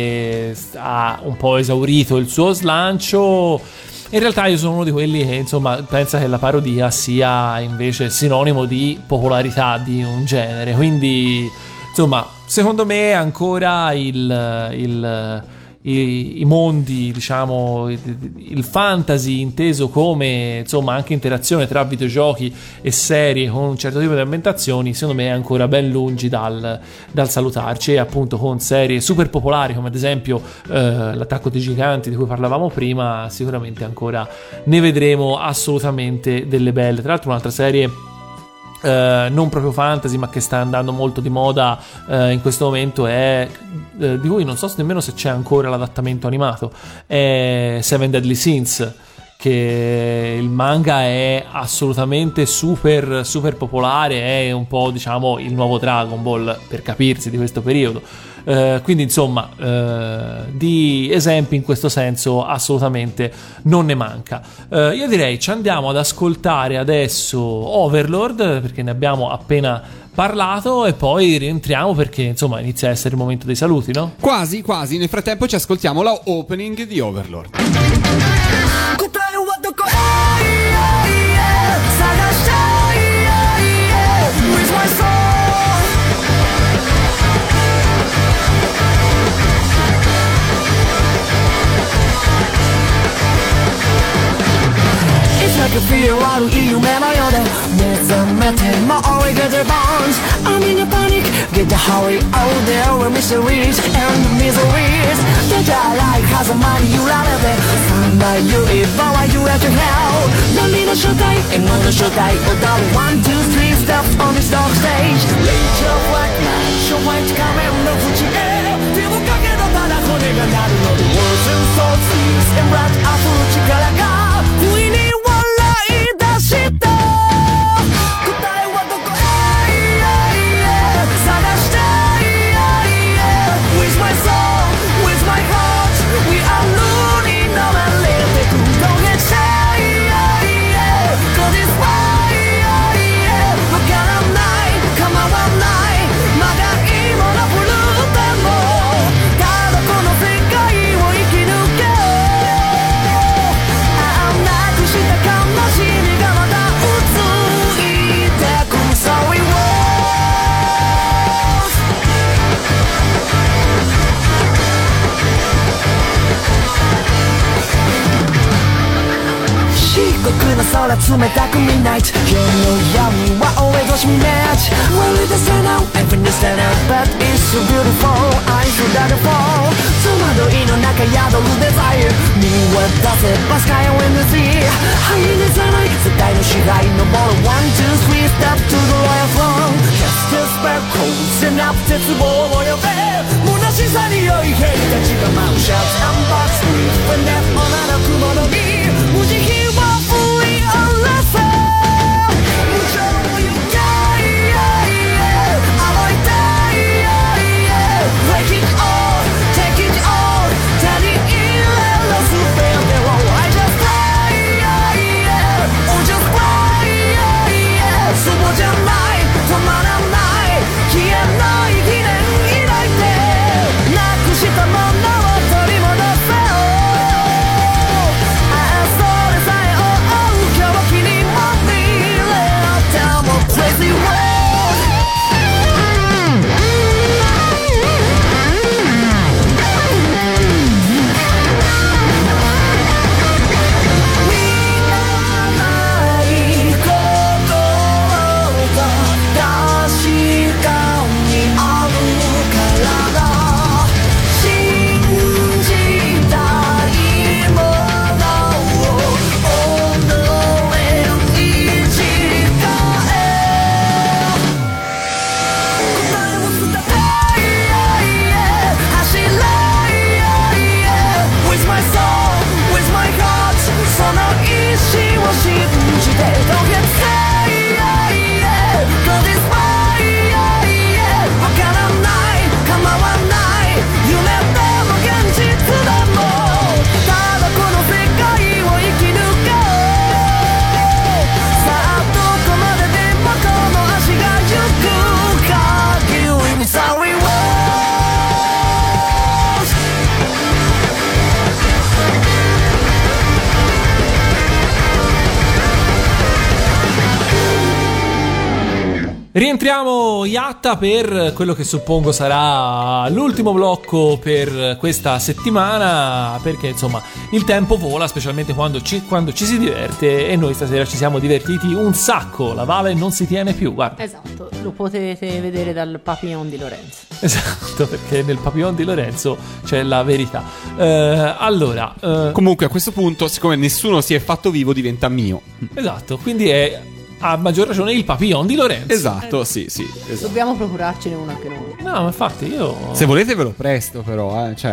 ha un po' esaurito il suo slancio. In realtà io sono uno di quelli che insomma pensa che la parodia sia invece sinonimo di popolarità di un genere, quindi insomma secondo me ancora i mondi, diciamo il fantasy inteso come insomma anche interazione tra videogiochi e serie con un certo tipo di ambientazioni, secondo me è ancora ben lungi dal salutarci, e appunto con serie super popolari come ad esempio l'Attacco dei Giganti di cui parlavamo prima, sicuramente ancora ne vedremo assolutamente delle belle. Tra l'altro un'altra serie non proprio fantasy ma che sta andando molto di moda in questo momento è di cui non so nemmeno se c'è ancora l'adattamento animato, è Seven Deadly Sins, che il manga è assolutamente super super popolare, è un po' diciamo il nuovo Dragon Ball per capirsi di questo periodo. Quindi insomma di esempi in questo senso assolutamente non ne manca. Io direi ci andiamo ad ascoltare adesso Overlord, perché ne abbiamo appena parlato, e poi rientriamo perché insomma inizia a essere il momento dei saluti, no? Quasi, nel frattempo ci ascoltiamo la opening di Overlord. like a fear ある夢のようで目覚めてもういけて bones I'm in a panic get the hurry out there with mysteries and miseries 出たらい風間に揺られて三大言葉は言えて hell 波の正体獲物の正体歌う 1, 2, 3 steps on this dark stage Reach your black match ホワイト仮面の縁へ手をかけろただ骨が鳴るの The words and souls please and rat 溢る力が不意に答えはどこへ探して With my soul, with my heart We are running on and let it go Don't get shy Go this way わからない構わないまだいいもの空冷たく見ない夜の闇は俺としめち Well it is stand out, everything is stand out But it's so beautiful, I feel that it fall 戸惑いの中宿るデザイン見渡せば Sky and the sea 灰にさない世界の支配登る One, two, three, step to the royal throne Cast a spell, closing up 絶望を呼べ虚しさに酔い兵たちが舞う Shouts and box, when that 女の雲の実無慈悲を振り下ろせ無情を行け歩いて Break it all, take it all 手に入れろ全てを I just play, oh just play そうじゃない止まらない消えない記念抱いてなくしたものを取り戻せよそれさえ追う今日君も見れたも Crazy world Rientriamo Yatta per quello che suppongo sarà l'ultimo blocco per questa settimana, perché insomma il tempo vola, specialmente quando ci si diverte, e noi stasera ci siamo divertiti un sacco. La Vale non si tiene più, guarda. Esatto, lo potete vedere dal Papillon di Lorenzo. Esatto, perché nel Papillon di Lorenzo c'è la verità. Comunque a questo punto, siccome nessuno si è fatto vivo, diventa mio. Esatto, quindi è a maggior ragione il Papillon di Lorenzo. Esatto, sì, esatto. Dobbiamo procurarcene uno anche noi. No, ma infatti io... Se volete ve lo presto però, cioè...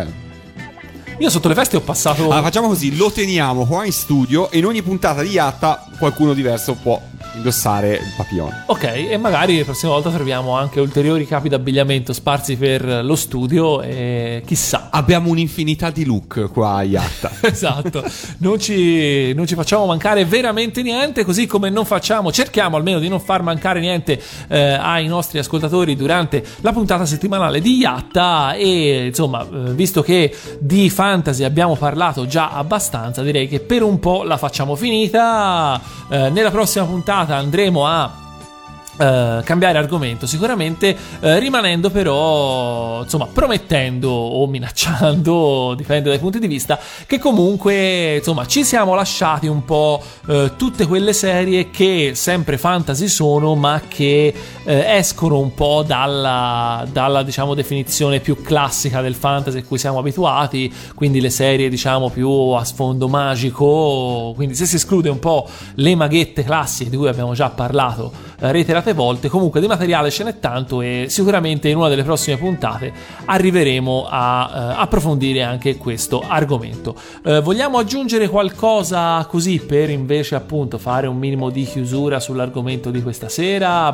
Io sotto le feste ho passato... Allora facciamo così, lo teniamo qua in studio e in ogni puntata di Yatta qualcuno diverso può indossare il papillon. Ok, e magari la prossima volta troviamo anche ulteriori capi d'abbigliamento sparsi per lo studio e chissà. Abbiamo un'infinità di look qua a Yatta. Esatto, non ci facciamo mancare veramente niente, così come cerchiamo almeno di non far mancare niente ai nostri ascoltatori durante la puntata settimanale di Yatta. E insomma, visto che di fantasy abbiamo parlato già abbastanza, direi che per un po' la facciamo finita. Nella prossima puntata andremo a cambiare argomento sicuramente, rimanendo però, insomma, promettendo o minacciando, dipende dai punti di vista, che comunque insomma ci siamo lasciati un po' tutte quelle serie che sempre fantasy sono, ma che escono un po' dalla diciamo definizione più classica del fantasy a cui siamo abituati, quindi le serie diciamo più a sfondo magico. Quindi se si esclude un po' le maghette classiche di cui abbiamo già parlato reiterate volte, comunque di materiale ce n'è tanto, e sicuramente in una delle prossime puntate arriveremo a approfondire anche questo argomento. Vogliamo aggiungere qualcosa così per invece appunto fare un minimo di chiusura sull'argomento di questa sera?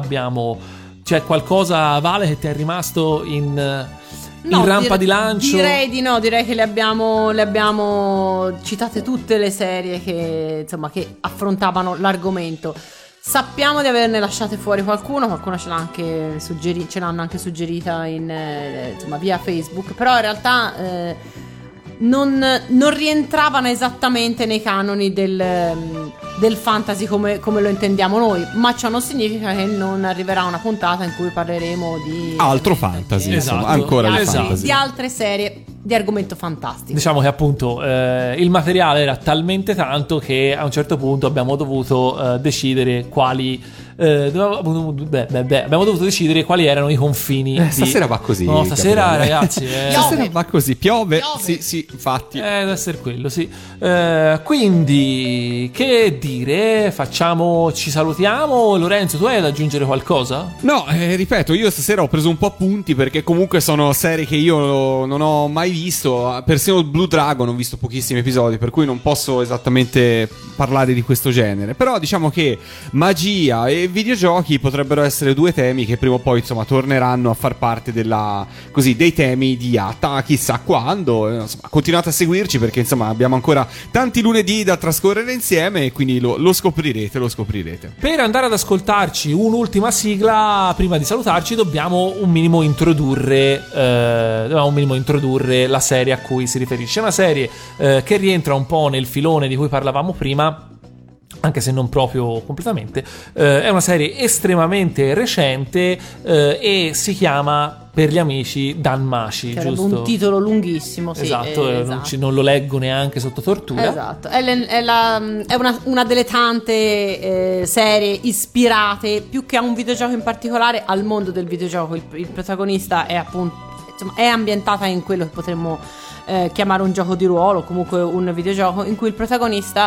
C'è qualcosa, Vale, che ti è rimasto in rampa di lancio? Direi di no, direi che le abbiamo citate tutte le serie che affrontavano l'argomento. Sappiamo di averne lasciate fuori qualcuno ce l'hanno anche suggerita via Facebook, però in realtà non rientravano esattamente nei canoni del fantasy come lo intendiamo noi, ma ciò non significa che non arriverà una puntata in cui parleremo di altro fantasy, esatto, insomma, ancora esatto, fantasy, di altre serie di argomento fantastico. Diciamo che appunto il materiale era talmente tanto che a un certo punto abbiamo dovuto decidere quali abbiamo dovuto decidere quali erano i confini. Stasera va così. No, stasera Gabriele. ragazzi Stasera va così, piove. Sì, infatti. deve essere quello, sì. Quindi che dire? Ci salutiamo. Lorenzo, tu hai da aggiungere qualcosa? No, ripeto, io stasera ho preso un po' appunti perché comunque sono serie che io non ho mai visto. Persino Blue Dragon ho visto pochissimi episodi, per cui non posso esattamente parlare di questo genere. Però diciamo che magia e videogiochi potrebbero essere due temi che prima o poi insomma torneranno a far parte dei temi di Yatta, chissà quando. Insomma, continuate a seguirci perché insomma abbiamo ancora tanti lunedì da trascorrere insieme e quindi lo scoprirete. Per andare ad ascoltarci un'ultima sigla, prima di salutarci dobbiamo un minimo introdurre la serie a cui si riferisce. È una serie che rientra un po' nel filone di cui parlavamo prima, anche se non proprio completamente. È una serie estremamente recente e si chiama, per gli amici, Danmachi, Sarebbe giusto? un titolo lunghissimo, sì. Esatto, esatto. Non lo leggo neanche sotto tortura. Esatto, è una delle tante serie ispirate più che a un videogioco in particolare al mondo del videogioco. Il protagonista è appunto, insomma, è ambientata in quello che potremmo chiamare un gioco di ruolo, comunque un videogioco in cui il protagonista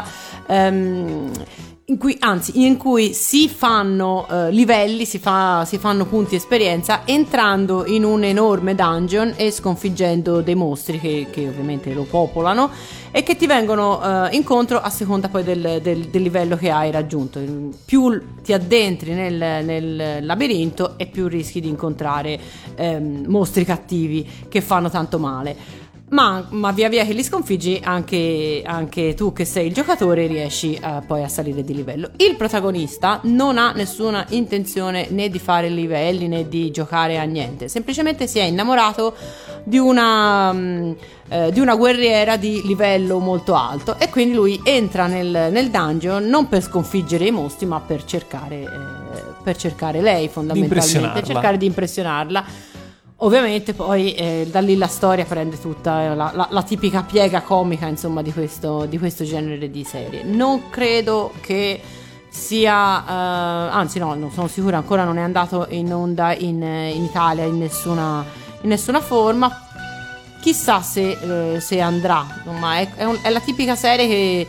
in cui si fanno livelli, si fanno punti esperienza entrando in un enorme dungeon e sconfiggendo dei mostri che ovviamente lo popolano e che ti vengono incontro a seconda poi del livello che hai raggiunto. Più ti addentri nel labirinto e più rischi di incontrare mostri cattivi che fanno tanto male. Ma via via che li sconfiggi, anche tu che sei il giocatore riesci poi a salire di livello. Il protagonista non ha nessuna intenzione né di fare livelli né di giocare a niente, semplicemente si è innamorato di una guerriera di livello molto alto e quindi lui entra nel dungeon non per sconfiggere i mostri ma per cercare lei, fondamentalmente cercare di impressionarla. Ovviamente poi da lì la storia prende tutta la tipica piega comica, insomma, di questo genere di serie. Non credo che sia anzi no, non sono sicura, ancora non è andato in onda in Italia in nessuna forma. Chissà se andrà, insomma, è la tipica serie che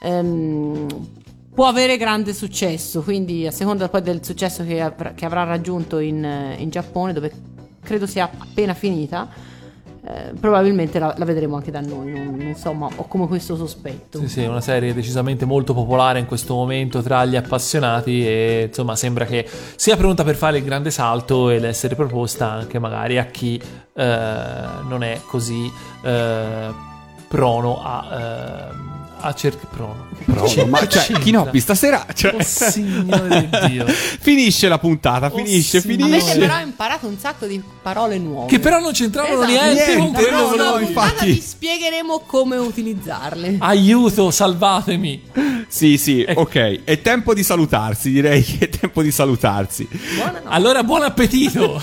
può avere grande successo, quindi a seconda poi del successo che avrà raggiunto in Giappone, dove credo sia appena finita, probabilmente la vedremo anche da noi, insomma, ho come questo sospetto. Sì, è una serie decisamente molto popolare in questo momento tra gli appassionati e insomma sembra che sia pronta per fare il grande salto ed essere proposta anche magari a chi non è così prono a cercare ma cioè Kinoppi stasera oh signore di Dio, finisce la puntata, finisce. Avete però imparato un sacco di parole nuove che però non c'entravano esatto. niente con quello no, infatti vi spiegheremo come utilizzarle. Aiuto, salvatemi. Sì, ok, è tempo di salutarsi, direi che è tempo di salutarsi. Buonanotte. Allora buon appetito.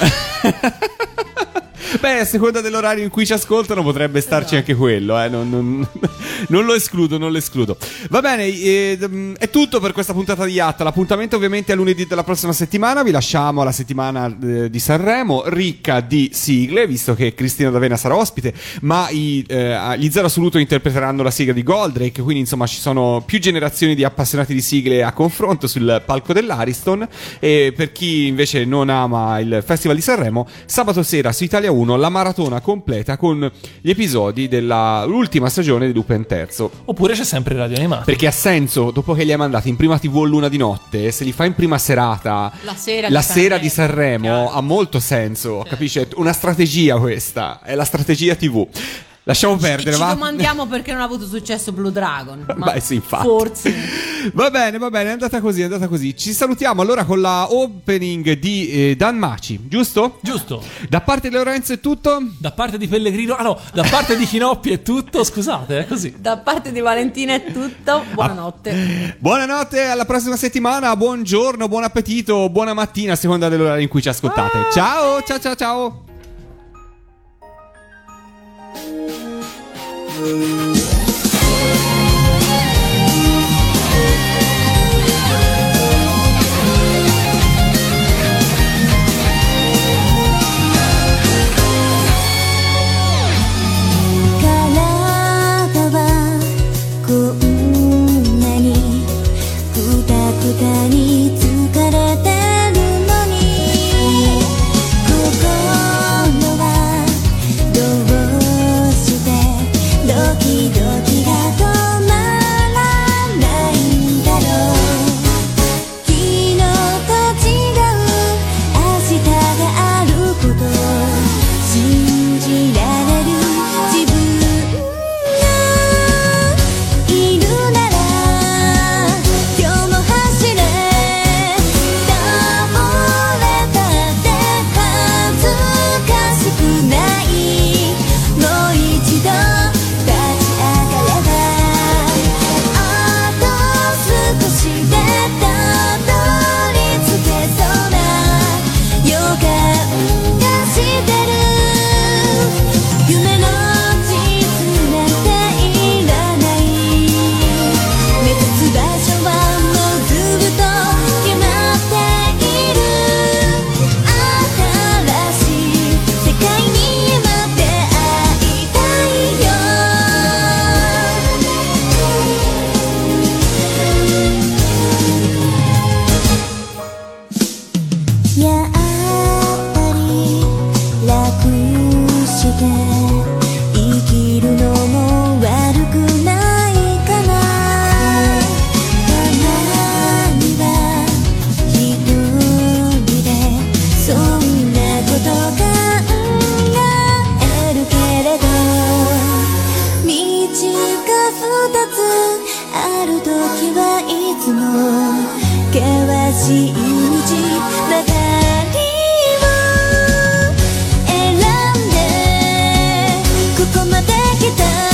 Beh, a seconda dell'orario in cui ci ascoltano potrebbe starci anche quello, non lo escludo. Va bene, è tutto per questa puntata di Yatta. L'appuntamento ovviamente è lunedì della prossima settimana. Vi lasciamo alla settimana di Sanremo, ricca di sigle, visto che Cristina D'Avena sarà ospite, ma gli Zero Assoluto interpreteranno la sigla di Goldrake, quindi insomma ci sono più generazioni di appassionati di sigle a confronto sul palco dell'Ariston. E per chi invece non ama il Festival di Sanremo, sabato sera su Italia 1 la maratona completa con gli episodi dell'ultima stagione di Lupin III. Oppure c'è sempre Radio Animati, perché ha senso, dopo che li hai mandati in prima TV l'una di notte, se li fai in prima serata la sera di Sanremo ha molto senso, capisci? È una strategia questa, è la strategia TV. Lasciamo perdere, ci domandiamo perché non ha avuto successo Blue Dragon. Beh, sì, infatti. Forse. Va bene, è andata così. Ci salutiamo allora con la opening di Danmachi, giusto? Giusto. Da parte di Lorenzo è tutto. Da parte di Pellegrino, da parte di Kinoppi è tutto, scusate, è così. Da parte di Valentina è tutto, buonanotte. Buonanotte, alla prossima settimana, buongiorno, buon appetito, buona mattina a seconda dell'orario in cui ci ascoltate. Ciao. しい道流れを選んでここまで来た